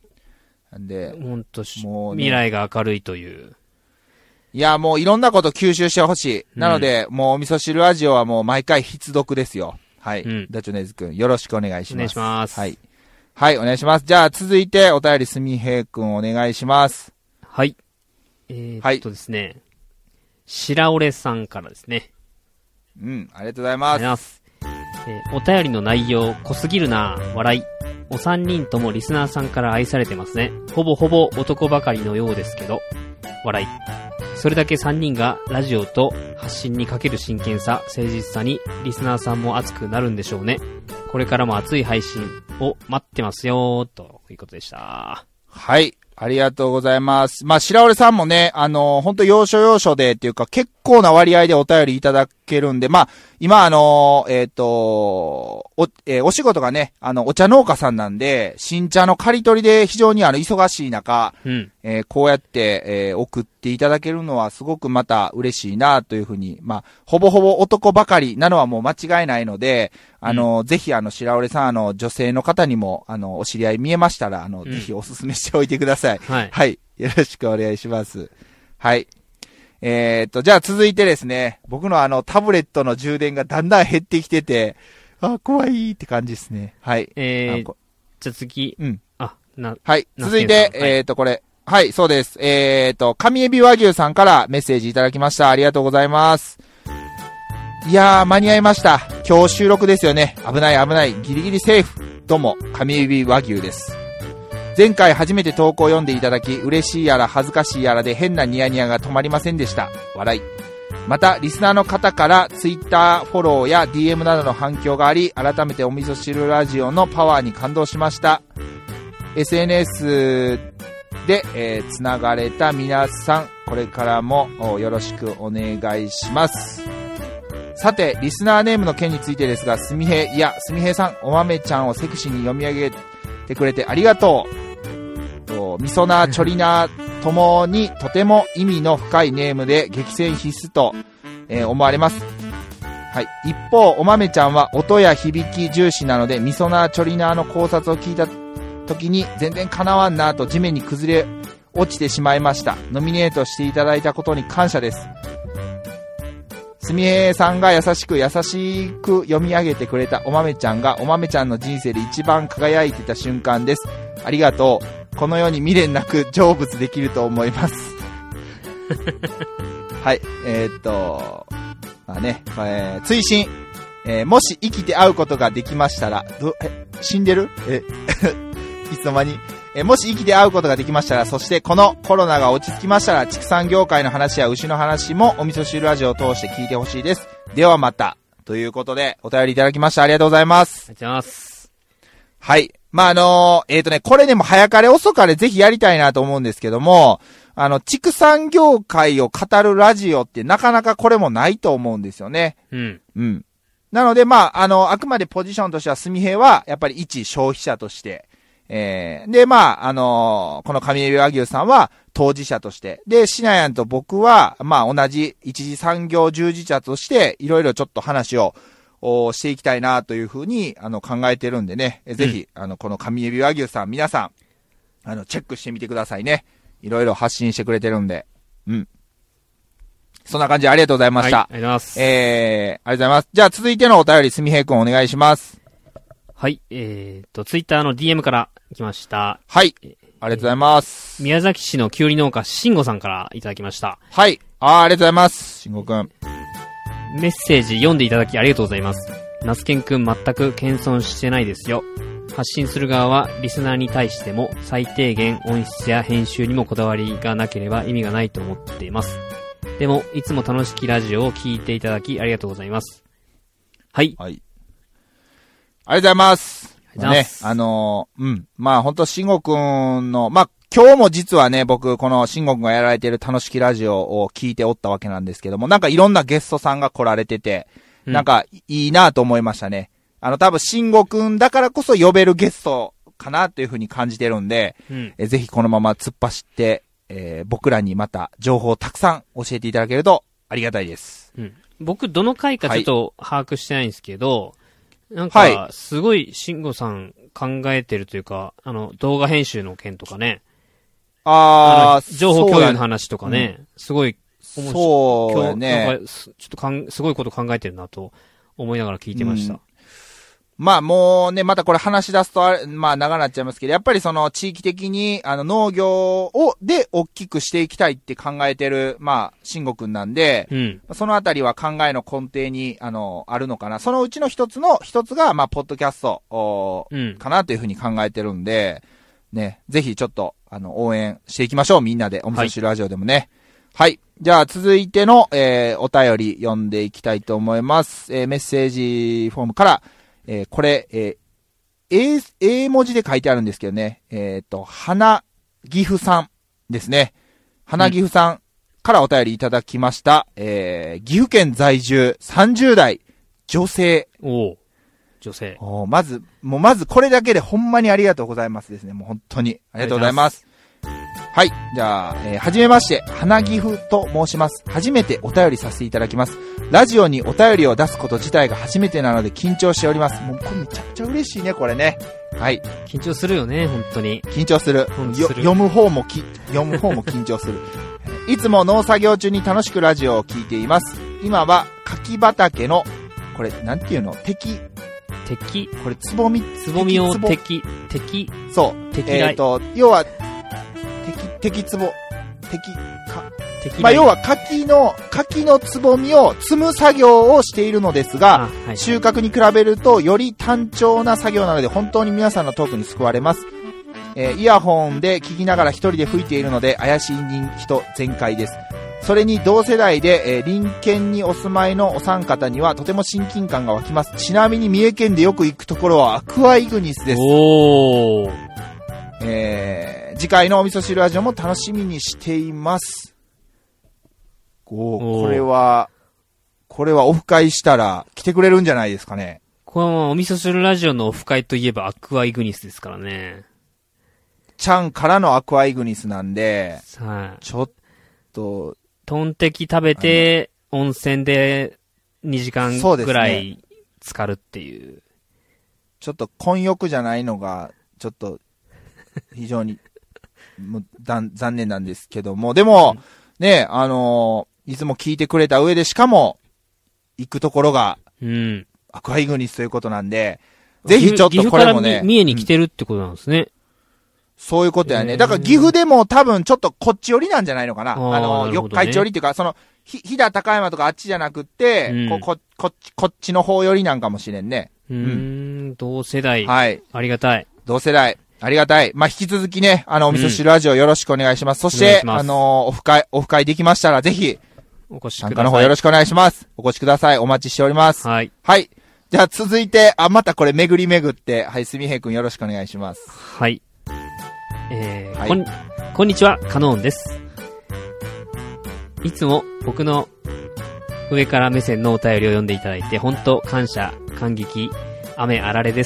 S2: うん、で、
S1: ほんと、もう、ね、未来が明るいという。
S2: いや、もういろんなこと吸収してほしい。うん、なので、もうお味噌汁ラジオはもう毎回必読ですよ。はい。うん、ダチョネズくん、よろしくお願いします。お
S1: 願いします。
S2: はい。はい、お願いします。じゃあ、続いて、お便りすみへいくんお願いします。
S1: はい。えー、っとですね、はい、白折さんからですね。
S2: うん、ありがとうございます。ありがとうございます。
S1: えー、お便りの内容、濃すぎるなぁ、笑い。お三人ともリスナーさんから愛されてますね。ほぼほぼ男ばかりのようですけど、笑い。それだけさんにんがラジオと発信にかける真剣さ、誠実さにリスナーさんも熱くなるんでしょうね。これからも熱い配信を待ってますよということでした。
S2: はい。ありがとうございます。まあ、白折さんもね、あのー、ほんと要所要所でっていうか結構な割合でお便りいただけるんで、まあ、今あのー、えっ、ー、と、お、えー、お仕事がね、あの、お茶農家さんなんで、新茶の刈り取りで非常にあの、忙しい中、うん、えー、こうやって、えー、送っていただけるのはすごくまた嬉しいなというふうに、まあ、ほぼほぼ男ばかりなのはもう間違いないので、あの、うん、ぜひあの、白折さん、あの、女性の方にも、あの、お知り合い見えましたら、あの、うん、ぜひお勧めしておいてください。はい。はい。よろしくお願いします。はい。えー、っと、じゃあ続いてですね、僕のあの、タブレットの充電がだんだん減ってきてて、あ、怖いって感じですね。はい。
S1: えー、じゃあ次。
S2: うん。
S1: あ、な、
S2: はい。続いて、はい、えー、っと、これ。はい、そうです。えー、っと、上エビ和牛さんからメッセージいただきました。ありがとうございます。いやー、間に合いました。今日収録ですよね。危ない危ない。ギリギリセーフ。どうも、上エビ和牛です。前回初めて投稿を読んでいただき、嬉しいやら恥ずかしいやらで変なニヤニヤが止まりませんでした。笑い。また、リスナーの方からツイッターフォローや ディーエム などの反響があり、改めてお味噌汁ラジオのパワーに感動しました。エスエヌエス で、えー、つながれた皆さん、これからもよろしくお願いします。さて、リスナーネームの件についてですが、すみへい、いや、すみへいさん、お豆ちゃんをセクシーに読み上げてくれてありがとう。みそな、ちょりな、ともにとても意味の深いネームで激戦必須と、えー、思われます。はい。一方、お豆ちゃんは音や響き重視なので、みそな、ちょりなの考察を聞いた時に全然叶わんなと地面に崩れ落ちてしまいました。ノミネートしていただいたことに感謝です。すみへいさんが優しく優しく読み上げてくれたお豆ちゃんがお豆ちゃんの人生で一番輝いてた瞬間です。ありがとう。このように未練なく成仏できると思います。はい、えー、っと、まあね、えー、追伸、えー、もし生きて会うことができましたら、どえ死んでるえいつの間にえー、もし生きて会うことができましたら、そしてこのコロナが落ち着きましたら、畜産業界の話や牛の話もお味噌汁ラジオを通して聞いてほしいです。ではまた。ということで、お便りいただきました。ありがとうございます。
S1: ありがとうございます。
S2: はい。まあ、あのー、えっとね、これでも早かれ遅かれぜひやりたいなと思うんですけども、あの、畜産業界を語るラジオってなかなかこれもないと思うんですよね。
S1: うん。
S2: うん。なので、まあ、あの、あくまでポジションとしては、すみへいは、やっぱり一消費者として、えー、で、まあ、あのー、この上エビ和牛さんは当事者として、で、シナヤンと僕は、まあ、同じ一次産業従事者として、いろいろちょっと話を、していきたいなというふうに、あの、考えてるんでね、ぜひ、うん、あの、この上エビ和牛さん、皆さん、あの、チェックしてみてくださいね。いろいろ発信してくれてるんで、うん。そんな感じでありがとうございました。はい、
S1: ありがとうございます。
S2: えー、ありがとうございます。じゃあ続いてのお便り、すみへいくんお願いします。
S1: はい、えーと、ツイッターの ディーエム から来ました。
S2: はい、ありがとうございます。
S1: えー、宮崎市のきゅうり農家、しんごさんからいただきました。
S2: はい、あー、ありがとうございます。しんごくん。
S1: メッセージ読んでいただきありがとうございます。ナスケンくん全く謙遜してないですよ。発信する側はリスナーに対しても最低限音質や編集にもこだわりがなければ意味がないと思っています。でもいつも楽しきラジオを聞いていただきありがとうございます。はい。
S2: はい。 ありがとうございます。
S1: ありがとうございます。
S2: ね、あのー、うん。まあ、ほんと、しんごくんの、まあ、今日も実はね、僕、このしんごくんがやられている楽しきラジオを聞いておったわけなんですけども、なんかいろんなゲストさんが来られてて、うん、なんかいいなと思いましたね。あの、多分、しんごくんだからこそ呼べるゲストかなというふうに感じてるんで、うん、えぜひこのまま突っ走って、えー、僕らにまた情報をたくさん教えていただけるとありがたいです。
S1: うん、僕、どの回かちょっと把握してないんですけど、はい、なんか、すごい、しんごさん考えてるというか、あの、動画編集の件とかね、
S2: ああ、
S1: 情報共有の話とかね、うん、すごい、
S2: 面白い。そうやね。
S1: なんか、ちょっとかん、すごいこと考えてるなと思いながら聞いてました。うん、
S2: まあもうね、またこれ話し出すとあれ、まあ長なっちゃいますけど、やっぱりその地域的に、あの農業を、で大きくしていきたいって考えてる、まあ、しんごくんなんで、うん、そのあたりは考えの根底に、あの、あるのかな。そのうちの一つの、一つが、まあ、ポッドキャスト、うん、かなというふうに考えてるんで、ね、ぜひちょっと、あの、応援していきましょう。みんなで、お味噌汁ラジオでもね。はい。はい、じゃあ、続いての、えー、お便り読んでいきたいと思います。えー、メッセージフォームから、えー、これ、えー、英、英文字で書いてあるんですけどね。えっと、花岐阜さんですね。花岐阜さんからお便りいただきました。うん、えー、岐阜県在住さんじゅう代女性。
S1: お女性。
S2: おまず、もうまずこれだけでほんまにありがとうございますですね。もう本当に。ありがとうございます。はい。じゃあ、えー、はじめまして、花岐阜と申します。初めてお便りさせていただきます。ラジオにお便りを出すこと自体が初めてなので緊張しております。もうこれめちゃくちゃ嬉しいね、これね。はい。
S1: 緊張するよね、本当に。
S2: 緊張する。よ読む方もき、読む方も緊張する。いつも農作業中に楽しくラジオを聞いています。今は柿畑の、これ、なんていうの敵。
S1: 敵
S2: これ、つぼみ。
S1: つぼみを敵、敵。
S2: そう。敵えっと、要は、敵、敵つぼ、敵、か、敵まあ、要は柿の、柿のつぼみを摘む作業をしているのですが、はい、収穫に比べるとより単調な作業なので本当に皆さんのトークに救われます。えー、イヤホンで聞きながら一人で吹いているので怪しい人全開です。それに同世代で、えー、隣県にお住まいのお三方にはとても親近感が湧きます。ちなみに三重県でよく行くところはアクアイグニスです。
S1: おー。
S2: えー、次回のお味噌汁ラジオも楽しみにしています。おー、これは、これはオフ会したら来てくれるんじゃないですかね。
S1: このお味噌汁ラジオのオフ会といえばアクアイグニスですからね。
S2: ちゃんからのアクアイグニスなんで、
S1: はい、
S2: ちょっと、
S1: トンテキ食べて、温泉でにじかんぐらい浸かるっていう。
S2: ちょっと混浴じゃないのが、ちょっと、非常に、もうだん残念なんですけども、でも、うん、ね、あのー、いつも聞いてくれた上で、しかも、行くところが、
S1: うん、
S2: アクアイグニスということなんで、ぜひちょっとこれもね。
S1: 三重に来てるってことなんですね。うん、
S2: そういうことやね。だから岐阜でも多分ちょっとこっち寄りなんじゃないのかな。あ, あの、ね、四日市寄りっていうか、その、ひ、飛騨高山とかあっちじゃなくって、うん、こ、こ、こっち、こっちの方寄りなんかもしれんね。
S1: うーん、うん、同世代。
S2: はい。
S1: ありがたい。
S2: 同世代。ありがたい。まあ、引き続きね、あの、お味噌汁ラジオよろしくお願いします。うん、そして、あの、オフ会、オフ会できましたら、ぜひ、
S1: お越しください。
S2: 参加の方よろしくお願いします。お越しください。お待ちしております。
S1: はい。
S2: はい。じゃあ、続いて、あ、またこれ、巡り巡って、はい、すみへいくんよろしくお願いします。
S1: はい。えー、はい、こん、こんにちは、カノーンです。いつも、僕の、上から目線のお便りを読んでいただいて、本当感謝、感激、雨あられです。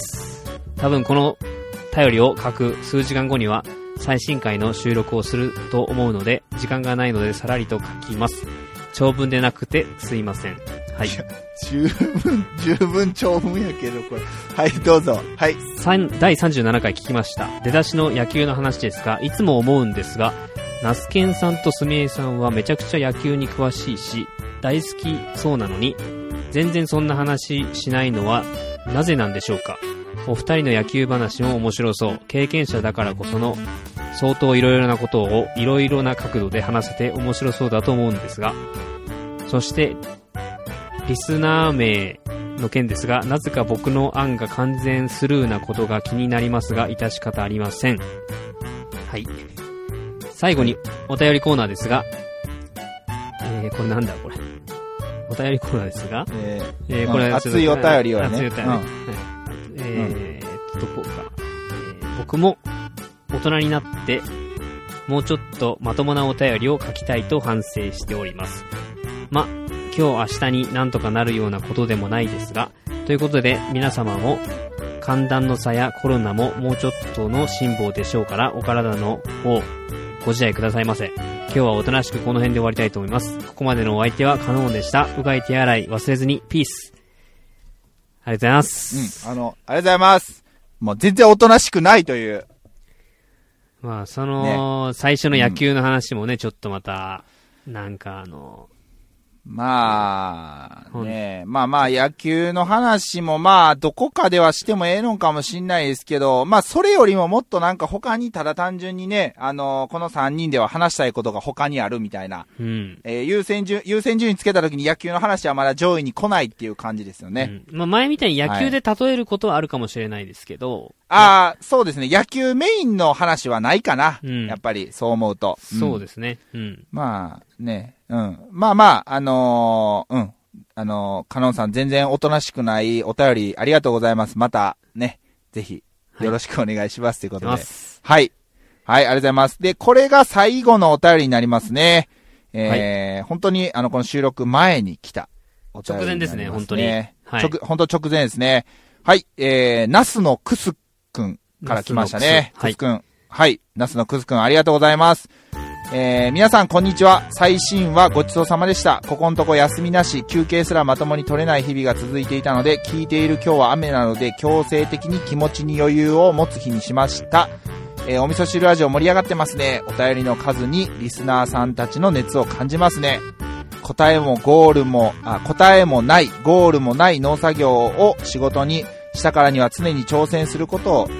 S1: 多分この、便りを書く数時間後には最新回の収録をすると思うので時間がないのでさらりと書きます。長文でなくてすいません。はい。いや
S2: 十分十分長文やけどこれ。はいどうぞ。はい。
S1: だいさんじゅうななかい聞きました。出だしの野球の話ですがいつも思うんですがナスケンさんとスミエさんはめちゃくちゃ野球に詳しいし大好きそうなのに全然そんな話しないのはなぜなんでしょうか。お二人の野球話も面白そう。経験者だからこその相当いろいろなことをいろいろな角度で話せて面白そうだと思うんですが、そしてリスナー名の件ですが、なぜか僕の案が完全スルーなことが気になりますが、致し方ありません。はい。最後にお便りコーナーですが、えー、これなんだこれ。お便りコーナーですが、
S2: えー、えー、これ、うん、熱いお便りはね。熱いお便り。うん、
S1: えー、どこか、えー、僕も大人になってもうちょっとまともなお便りを書きたいと反省しております。ま、今日明日になんとかなるようなことでもないですが、ということで皆様も寒暖の差やコロナももうちょっとの辛抱でしょうから、お体の方ご自愛くださいませ。今日はおとなしくこの辺で終わりたいと思います。ここまでのお相手はカノンでした。うがい手洗い忘れずに。ピース。ありがとうございます。
S2: うん、あの、ありがとうございます。もう全然おとなしくないという。
S1: まあ、その、ね、最初の野球の話もね、うん、ちょっとまた、なんかあの、
S2: まあ、ね、まあまあ野球の話もまあどこかではしてもええのかもしんないですけど、まあそれよりももっとなんか他にただ単純にね、あのー、このさんにんでは話したいことが他にあるみたいな、うん、えー、優先順、優先順位つけた時に野球の話はまだ上位に来ないっていう感じですよね。
S1: うん、まあ前みたいに野球で例えることはあるかもしれないですけど、はい、
S2: ああ、そうですね。野球メインの話はないかな。うん、やっぱりそう思うと。
S1: うん、そうですね。うん。
S2: まあね、うん。まあまあ、あのー、うん。あのー、カノンさん全然おとなしくないお便りありがとうございます。またね、ぜひよろしくお願いしますということで。はい。はい。はい、ありがとうございます。で、これが最後のお便りになりますね。えー、はい、本当にあの、この収録前に来たお便りになりますね。
S1: 直前ですね、本当に。はい。
S2: 直、本当直前ですね。はい、えー、ナスのクスくんから来ましたね。クスくん。はい。はい。ナスのクスくんありがとうございます。えー、皆さんこんにちは。最新話ごちそうさまでした。ここんとこ休みなし、休憩すらまともに取れない日々が続いていたので、聞いている今日は雨なので、強制的に気持ちに余裕を持つ日にしました。えー、お味噌汁ラジオ盛り上がってますね。お便りの数にリスナーさんたちの熱を感じますね。答えもゴールも、あ、答えもない、ゴールもない農作業を仕事にしたからには常に挑戦することを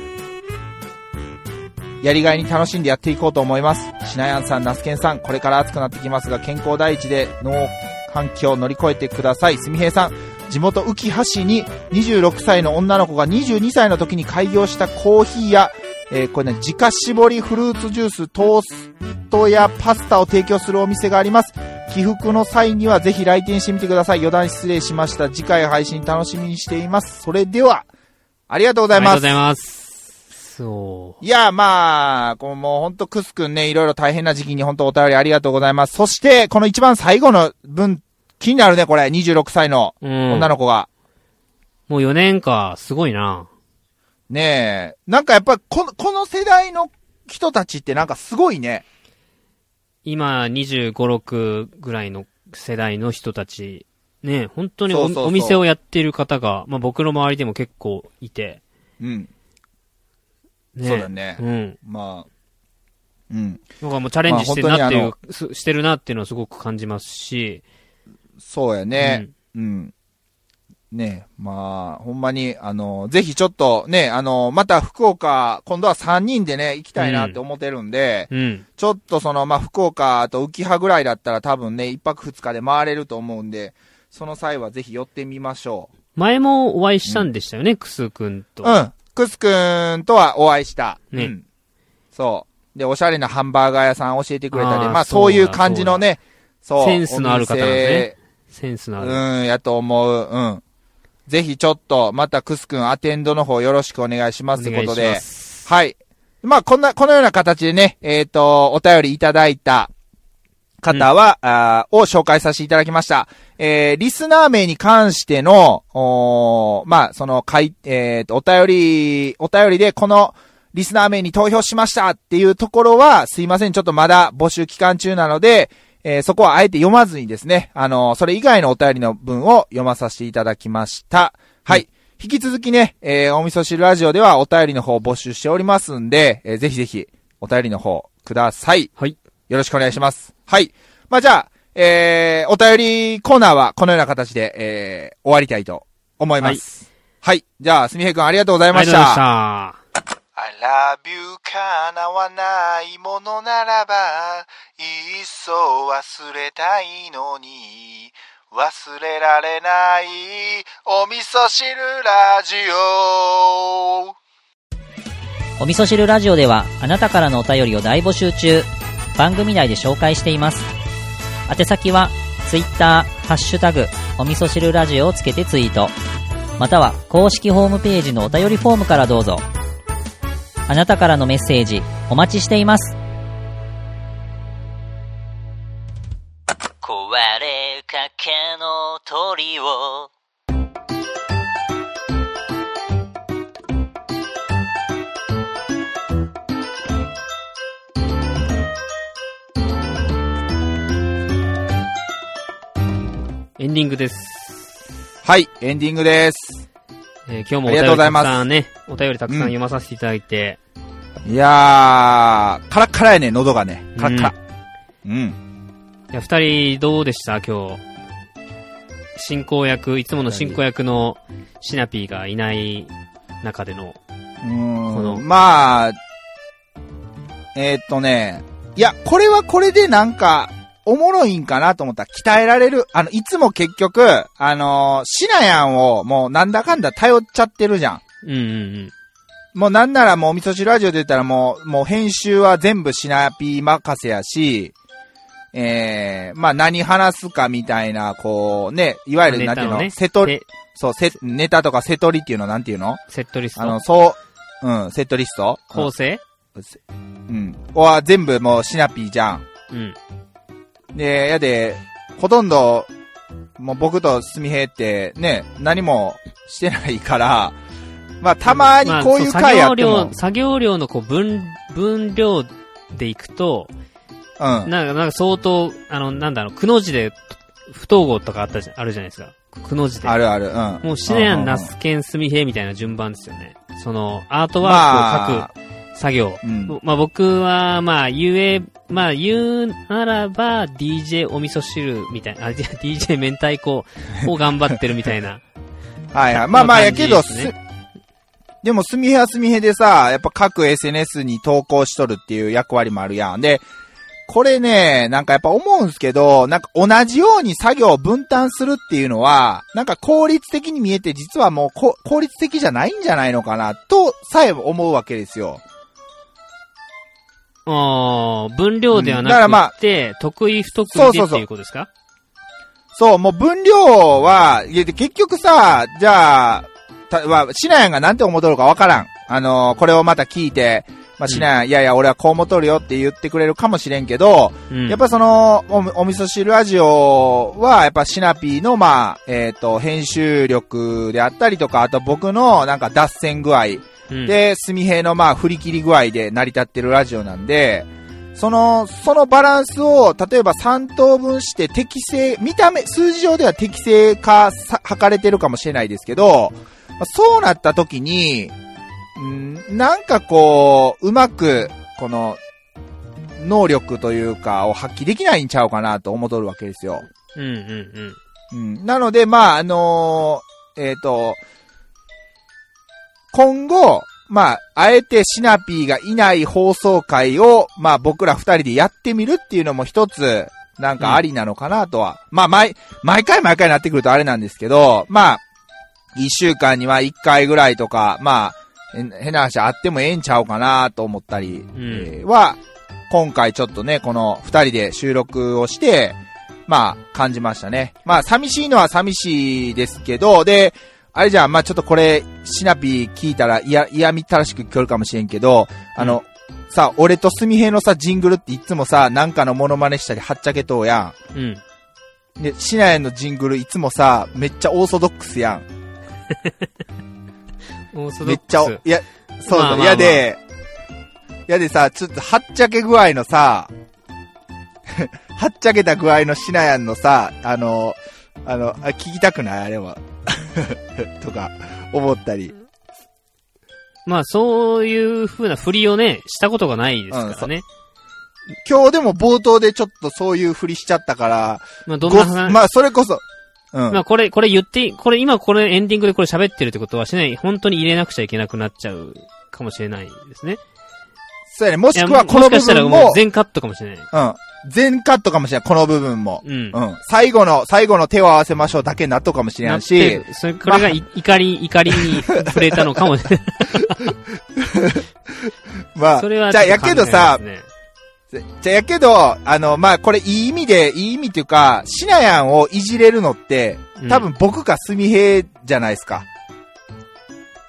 S2: やりがいに楽しんでやっていこうと思います。しなやんさん、ナスケンさん、これから暑くなってきますが、健康第一で農環境を乗り越えてください。すみへいさん、地元浮橋ににじゅうろくさいの女の子がにじゅうにさいの時に開業したコーヒーや、えー、これね、自家搾りフルーツジュース、トーストやパスタを提供するお店があります。起伏の際にはぜひ来店してみてください。余談失礼しました。次回配信楽しみにしています。それでは、ありがとうございます。
S1: ありがとうございます。そう。
S2: いや、まあ、こうもうほんとクスくんね、いろいろ大変な時期にほんとお便りありがとうございます。そして、この一番最後の分、気になるね、これ。にじゅうろくさいの女の子が。
S1: うん、もうよねんか、すごいな。
S2: ねえ。なんかやっぱこの、この世代の人たちってなんかすごいね。
S1: 今、にじゅうご、ろくぐらいの世代の人たち、ね、本当に お, そうそうそうお店をやっている方が、まあ僕の周りでも結構いて。
S2: うん。
S1: ね、
S2: そうだね。
S1: うん。
S2: まあ、うん。
S1: なんかもうチャレンジしてるなっていう、まあ、してるなっていうのはすごく感じますし。
S2: そうやね。うん。うん、ねまあ、ほんまに、あの、ぜひちょっとね、あの、また福岡、今度はさんにんでね、行きたいなって思ってるんで、うんうん、ちょっとその、まあ、福岡と浮葉ぐらいだったら多分ね、いっぱくふつかで回れると思うんで、その際はぜひ寄ってみましょう。
S1: 前もお会いしたんでしたよね、うん、クスくんと。
S2: うん。クスくんとはお会いした。ね。うん。そう。で、おしゃれなハンバーガー屋さん教えてくれたり、まあそういう感じのね、そう。
S1: センスのある方なんですね。センスのある。
S2: うん、やと思う。うん。ぜひちょっと、またクスくんアテンドの方よろしくお願いしますということで。はい。まあこんな、このような形でね、えっと、お便りいただいた方は、うん、あを紹介させていただきました。えー、リスナー名に関しての、おまあ、その、かい、えっと、お便り、お便りでこのリスナー名に投票しましたっていうところは、すいません、ちょっとまだ募集期間中なので、えー、そこはあえて読まずにですね、あのー、それ以外のお便りの文を読まさせていただきました。はい。うん、引き続きね、えー、お味噌汁ラジオではお便りの方を募集しておりますんで、えー、ぜひぜひお便りの方ください。
S1: はい。
S2: よろしくお願いします。はい。まあ、じゃあ、えー、お便りコーナーはこのような形で、えー、終わりたいと思います。はい。はい、じゃあ、すみへいくんありがとうございました。
S1: ありがとうございました。
S2: I love you 叶わないものならば、いっそ忘れたいのに、忘れられないお味噌汁ラジオ。
S3: お味噌汁ラジオではあなたからのお便りを大募集中。番組内で紹介しています。宛先はツイッターハッシュタグお味噌汁ラジオをつけてツイート、 または公式ホームページのお便りフォームからどうぞ。あなたからのメッセージお待ちしています。壊れかけの鳥を
S1: エンディングです。
S2: はい、エンディングです。
S1: えー、今日もお便りたくさんね、お便りたくさん読まさせていただいて。
S2: うん、いやー、カラッカラやね、喉がね。カラッカラ。うん。うん、
S1: いや、二人どうでした今日。進行役、いつもの進行役のシナピーがいない中での。
S2: うーん。このまあ、えー、っとね、いや、これはこれでなんか、おもろいんかなと思ったら鍛えられる。あの、いつも結局、あのー、シナヤンをもうなんだかんだ頼っちゃってるじゃん。
S1: うんうんうん。
S2: もうなんならもうお味噌汁ラジオで言ったらもう、もう編集は全部シナピー任せやし、えー、まあ何話すかみたいな、こうね、いわゆるなんていうの、
S1: ね、
S2: セトリ、そうセ、ネタとかセトリっていうのなんていうの
S1: セットリスト。
S2: あの、そう、うん、セットリスト
S1: 構成、
S2: うん、うん。は全部もうシナピーじゃん。
S1: うん。
S2: で、やで、ほとんど、もう僕とすみへいってね、何もしてないから、まあたまにこういう回やっても、
S1: まあ、作業量、作業量のこう分、分量でいくと、うん。なんか、なんか相当、あの、なんだろう、くの字で、不統合とかあったじゃ、あるじゃないですか。くの字で。
S2: あるある、うん。
S1: もうシナヤン、ナスケン、スミヘイみたいな順番ですよね。その、アートワークを書く、作業。うん、まあ僕は、まあ言え、まあ言うならば ディージェー お味噌汁みたいな、あ、ディージェー 明太子を頑張ってるみたいな。
S2: はいはい。まあまあやけど、す、でもすみへはすみへでさ、やっぱ各 エスエヌエス に投稿しとるっていう役割もあるやん。で、これね、なんかやっぱ思うんすけど、なんか同じように作業を分担するっていうのは、なんか効率的に見えて実はもうこ効率的じゃないんじゃないのかな、とさえ思うわけですよ。
S1: ああ、分量ではなくて、うん、まあ、得意不得意でっていうことですか？
S2: そうそうそう。そう、もう分量は、いや結局さ、じゃあ、たまあ、シナヤンがなんて思うとるかわからん。あのー、これをまた聞いて、まあ、シナヤン、うん、いやいや、俺はこう思っとるよって言ってくれるかもしれんけど、うん、やっぱその、お、お味噌汁ラジオは、やっぱシナピーの、まあ、えっと、編集力であったりとか、あと僕のなんか脱線具合、で、すみへいのまあ振り切り具合で成り立ってるラジオなんで、その、そのバランスを、例えばさん等分して適正、見た目、数字上では適正化さ、測れてるかもしれないですけど、そうなった時に、んなんかこう、うまく、この、能力というか、を発揮できないんちゃうかなと思っとるわけですよ。
S1: うんうんうん。
S2: うん、なので、まあ、あのー、えっと、今後、まあ、あえてシナピーがいない放送回を、まあ僕ら二人でやってみるっていうのも一つ、なんかありなのかなとは。うん、まあ毎、毎回毎回なってくるとあれなんですけど、まあ、一週間には一回ぐらいとか、まあ、変な話あってもええんちゃうかなと思ったり、うんえー、は、今回ちょっとね、この二人で収録をして、まあ、感じましたね。まあ、寂しいのは寂しいですけど、で、あれじゃん、まあ、ちょっとこれ、シナピー聞いたら、いや、嫌みったらしく聞こえるかもしれんけど、あの、うん、さ、俺とすみへいのさ、ジングルっていつもさ、なんかのモノマネしたり、はっちゃけとうや
S1: ん。うん。
S2: で、シナヤンのジングルいつもさ、めっちゃオーソドックスやん。
S1: オーソドックス。
S2: めっちゃ、いや、そうそう、まあまあまあ、やで、やでさ、ちょっとはっちゃけ具合のさ、はっちゃけた具合のシナヤンのさ、あの、あの、あ聞きたくないあれは。とか、思ったり。
S1: まあ、そういう風な振りをね、したことがないですからね。
S2: うん、今日でも冒頭でちょっとそういう振りしちゃったから、
S1: まあ、どんな話、
S2: まあ、それこそ、うん。
S1: まあ、これ、これ言って、これ今これエンディングでこれ喋ってるってことはしない、本当に入れなくちゃいけなくなっちゃうかもしれないですね。
S2: そうやね。もしくはこの部分も。もしかしたらもう
S1: 全カットかもしれない。
S2: うん。全カットかもしれない、この部分も。
S1: うん。
S2: うん。最後の、最後の手を合わせましょうだけ納得かもしれないし。
S1: それ、これが、まあ、怒り、怒りに触れたのかもしれない。
S2: まあ、それは、じゃあ、やけどさ、じゃあ、やけど、あの、まあ、これいい意味で、いい意味っていうか、シナヤンをいじれるのって、多分僕かスミヘイじゃないですか。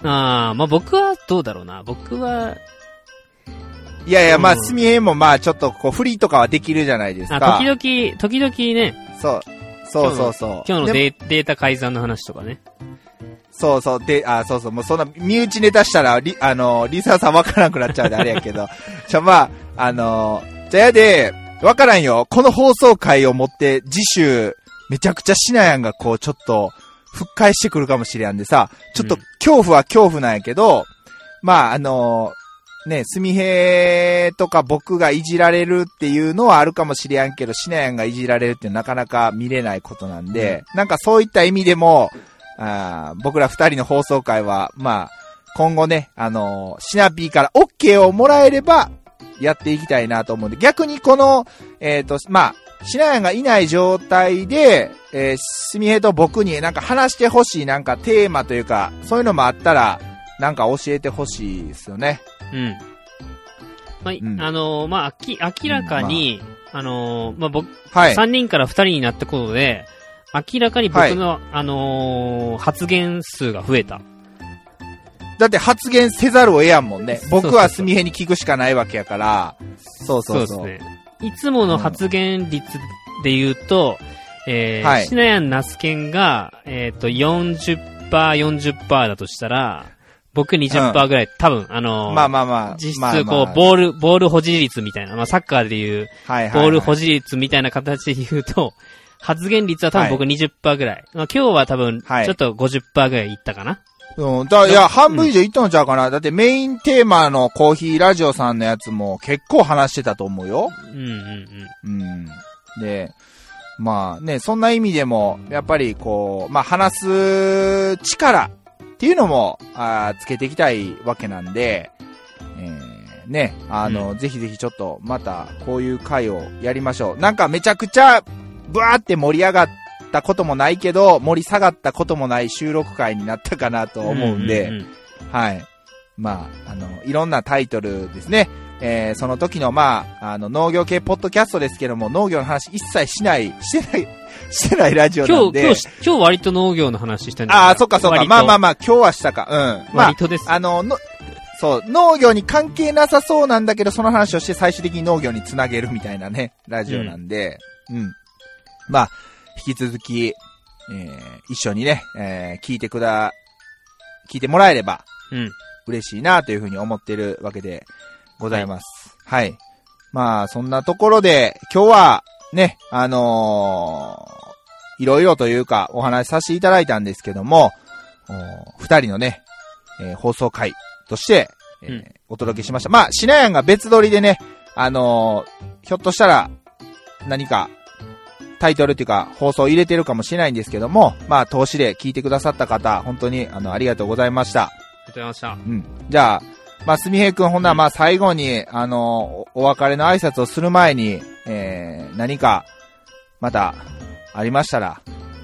S1: ああ、まあ僕はどうだろうな。僕は、
S2: いやいや、まあ、すみへもまあ、ちょっとこう、フリーとかはできるじゃないですか。
S1: あ、時々、時々ね。
S2: そう。そうそうそう。
S1: 今日の、今日のデー、データ改ざんの話とかね。
S2: そうそう。で、あ、そうそう。もうそんな、身内ネタしたら、リ、あの、リサさんわからなくなっちゃうんであれやけど。ちょ、まあ、あの、じゃあやで、わからんよ。この放送回をもって、次週、めちゃくちゃシナヤンがこう、ちょっと、復活してくるかもしれんでさ、ちょっと、恐怖は恐怖なんやけど、うん、まあ、あの、ね、すみへとか僕がいじられるっていうのはあるかもしれんけど、シナヤンがいじられるってなかなか見れないことなんで、うん、なんかそういった意味でも、あ僕ら二人の放送回は、まあ、今後ね、あのー、シナピーから OK をもらえれば、やっていきたいなと思うんで、逆にこの、えっと、まあ、シナヤンがいない状態で、えー、すみへと僕になんか話してほしいなんかテーマというか、そういうのもあったら、なんか教えてほしいですよね。
S1: うん。まあ、うん、あのー、まあ、き、明らかに、うんまあ、あのー、まあ、僕、はい、さんにんからふたりになったことで、明らかに僕の、はい、あのー、発言数が増えた。
S2: だって発言せざるを得やんもんね。僕はすみへに聞くしかないわけやから。そうそうそう。そうですね。
S1: いつもの発言率で言うと、うん、えー、はい、シナヤンナスケンが、えっと、よんじゅっパーセント、よんじゅっパーセント だとしたら、僕 にじゅっパーセント ぐらい、うん、多分、あのー、
S2: まあまあまあ。
S1: 実質、こう、まあまあ、ボール、ボール保持率みたいな、まあサッカーでいう、はいはいはい、ボール保持率みたいな形で言うと、発言率は多分僕 にじゅっパーセント ぐらい。はい、まあ今日は多分、ちょっと ごじゅっパーセント ぐらいいったかな。
S2: うん。だいや、半分以上いったのちゃうかな。うん、だってメインテーマのコーヒーラジオさんのやつも結構話してたと思うよ。
S1: うんうんうん。
S2: うん。で、まあね、そんな意味でも、やっぱりこう、まあ話す力っていうのも、あつけていきたいわけなんで、えー、ね、あの、うん、ぜひぜひちょっとまたこういう回をやりましょう。なんかめちゃくちゃ、ブワーって盛り上がったこともないけど、盛り下がったこともない収録回になったかなと思うんで、うんうんうん、はい。まあ、あの、いろんなタイトルですね。えー、その時の、まあ、あの、農業系ポッドキャストですけども、農業の話一切しない、してない、してないラジオなんで。
S1: 今日、今日、今日割と農業の話したんだ
S2: ああ、そっかそっか。まあまあまあ、今日はしたか。うん。
S1: 割とです。
S2: まあ、あの、の、そう、農業に関係なさそうなんだけど、その話をして最終的に農業につなげるみたいなね、ラジオなんで、うん。うん、まあ、引き続き、えー、一緒にね、えー、聞いてくだ、聞いてもらえれば、うん。嬉しいなというふうに思ってるわけでございます。はい。はい、まあ、そんなところで、今日は、ね、あのー、いろいろというか、お話しさせていただいたんですけども、二人のね、えー、放送回として、えーうん、お届けしました。まあ、シナヤンが別撮りでね、あのー、ひょっとしたら、何か、タイトルっていうか、放送入れてるかもしれないんですけども、まあ、投資で聞いてくださった方、本当に、あの、ありがとうございました。
S1: ありがとうございました。う
S2: ん。じゃあ、まあ、すみへいくん、ほんなら、まあ、最後に、あの、お別れの挨拶をする前に、えー、何か、また、ありましたら。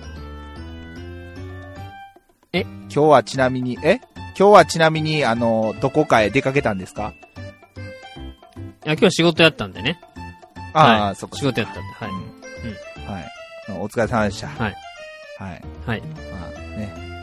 S1: え
S2: 今日はちなみに、え今日はちなみに、あの、どこかへ出かけたんですか？
S1: いや、今日は仕事やったんでね。
S2: ああ、
S1: はい、
S2: そっか。
S1: 仕事やったんで、はい。うん。
S2: うん、はい。お疲れ様でした。
S1: はい。
S2: はい。
S1: はい。
S2: まあね。うん。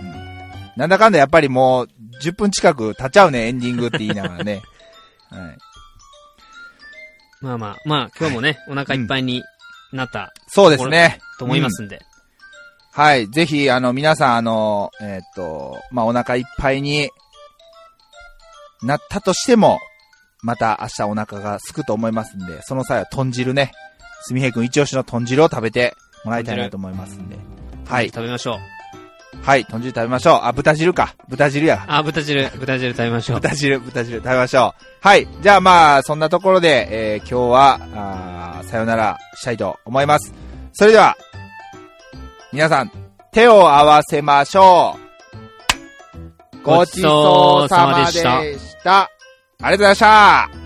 S2: なんだかんだやっぱりもう、じゅっぷん近く経っちゃうね、エンディングって言いながらね。はい。
S1: まあまあ、まあ、今日もね、はい、お腹いっぱいになった、うん。
S2: そうですね。
S1: と思いますんで。うん、
S2: はい。ぜひ、あの、皆さん、あの、えー、っと、まあ、お腹いっぱいになったとしても、また明日お腹が空くと思いますんで、その際は豚汁ね、すみへいくん一押しの豚汁を食べてもらいたいなと思いますんで。はい。
S1: 食べましょう。
S2: はい、豚汁食べましょう。あ、豚汁か。豚汁や。
S1: あ、豚汁、豚汁食べましょう。
S2: 豚汁、豚汁食べましょう。はい。じゃあまあ、そんなところで、えー、今日は、あさよならしたいと思います。それでは、皆さん、手を合わせましょう。ごちそうさまでした。ありがとうございました。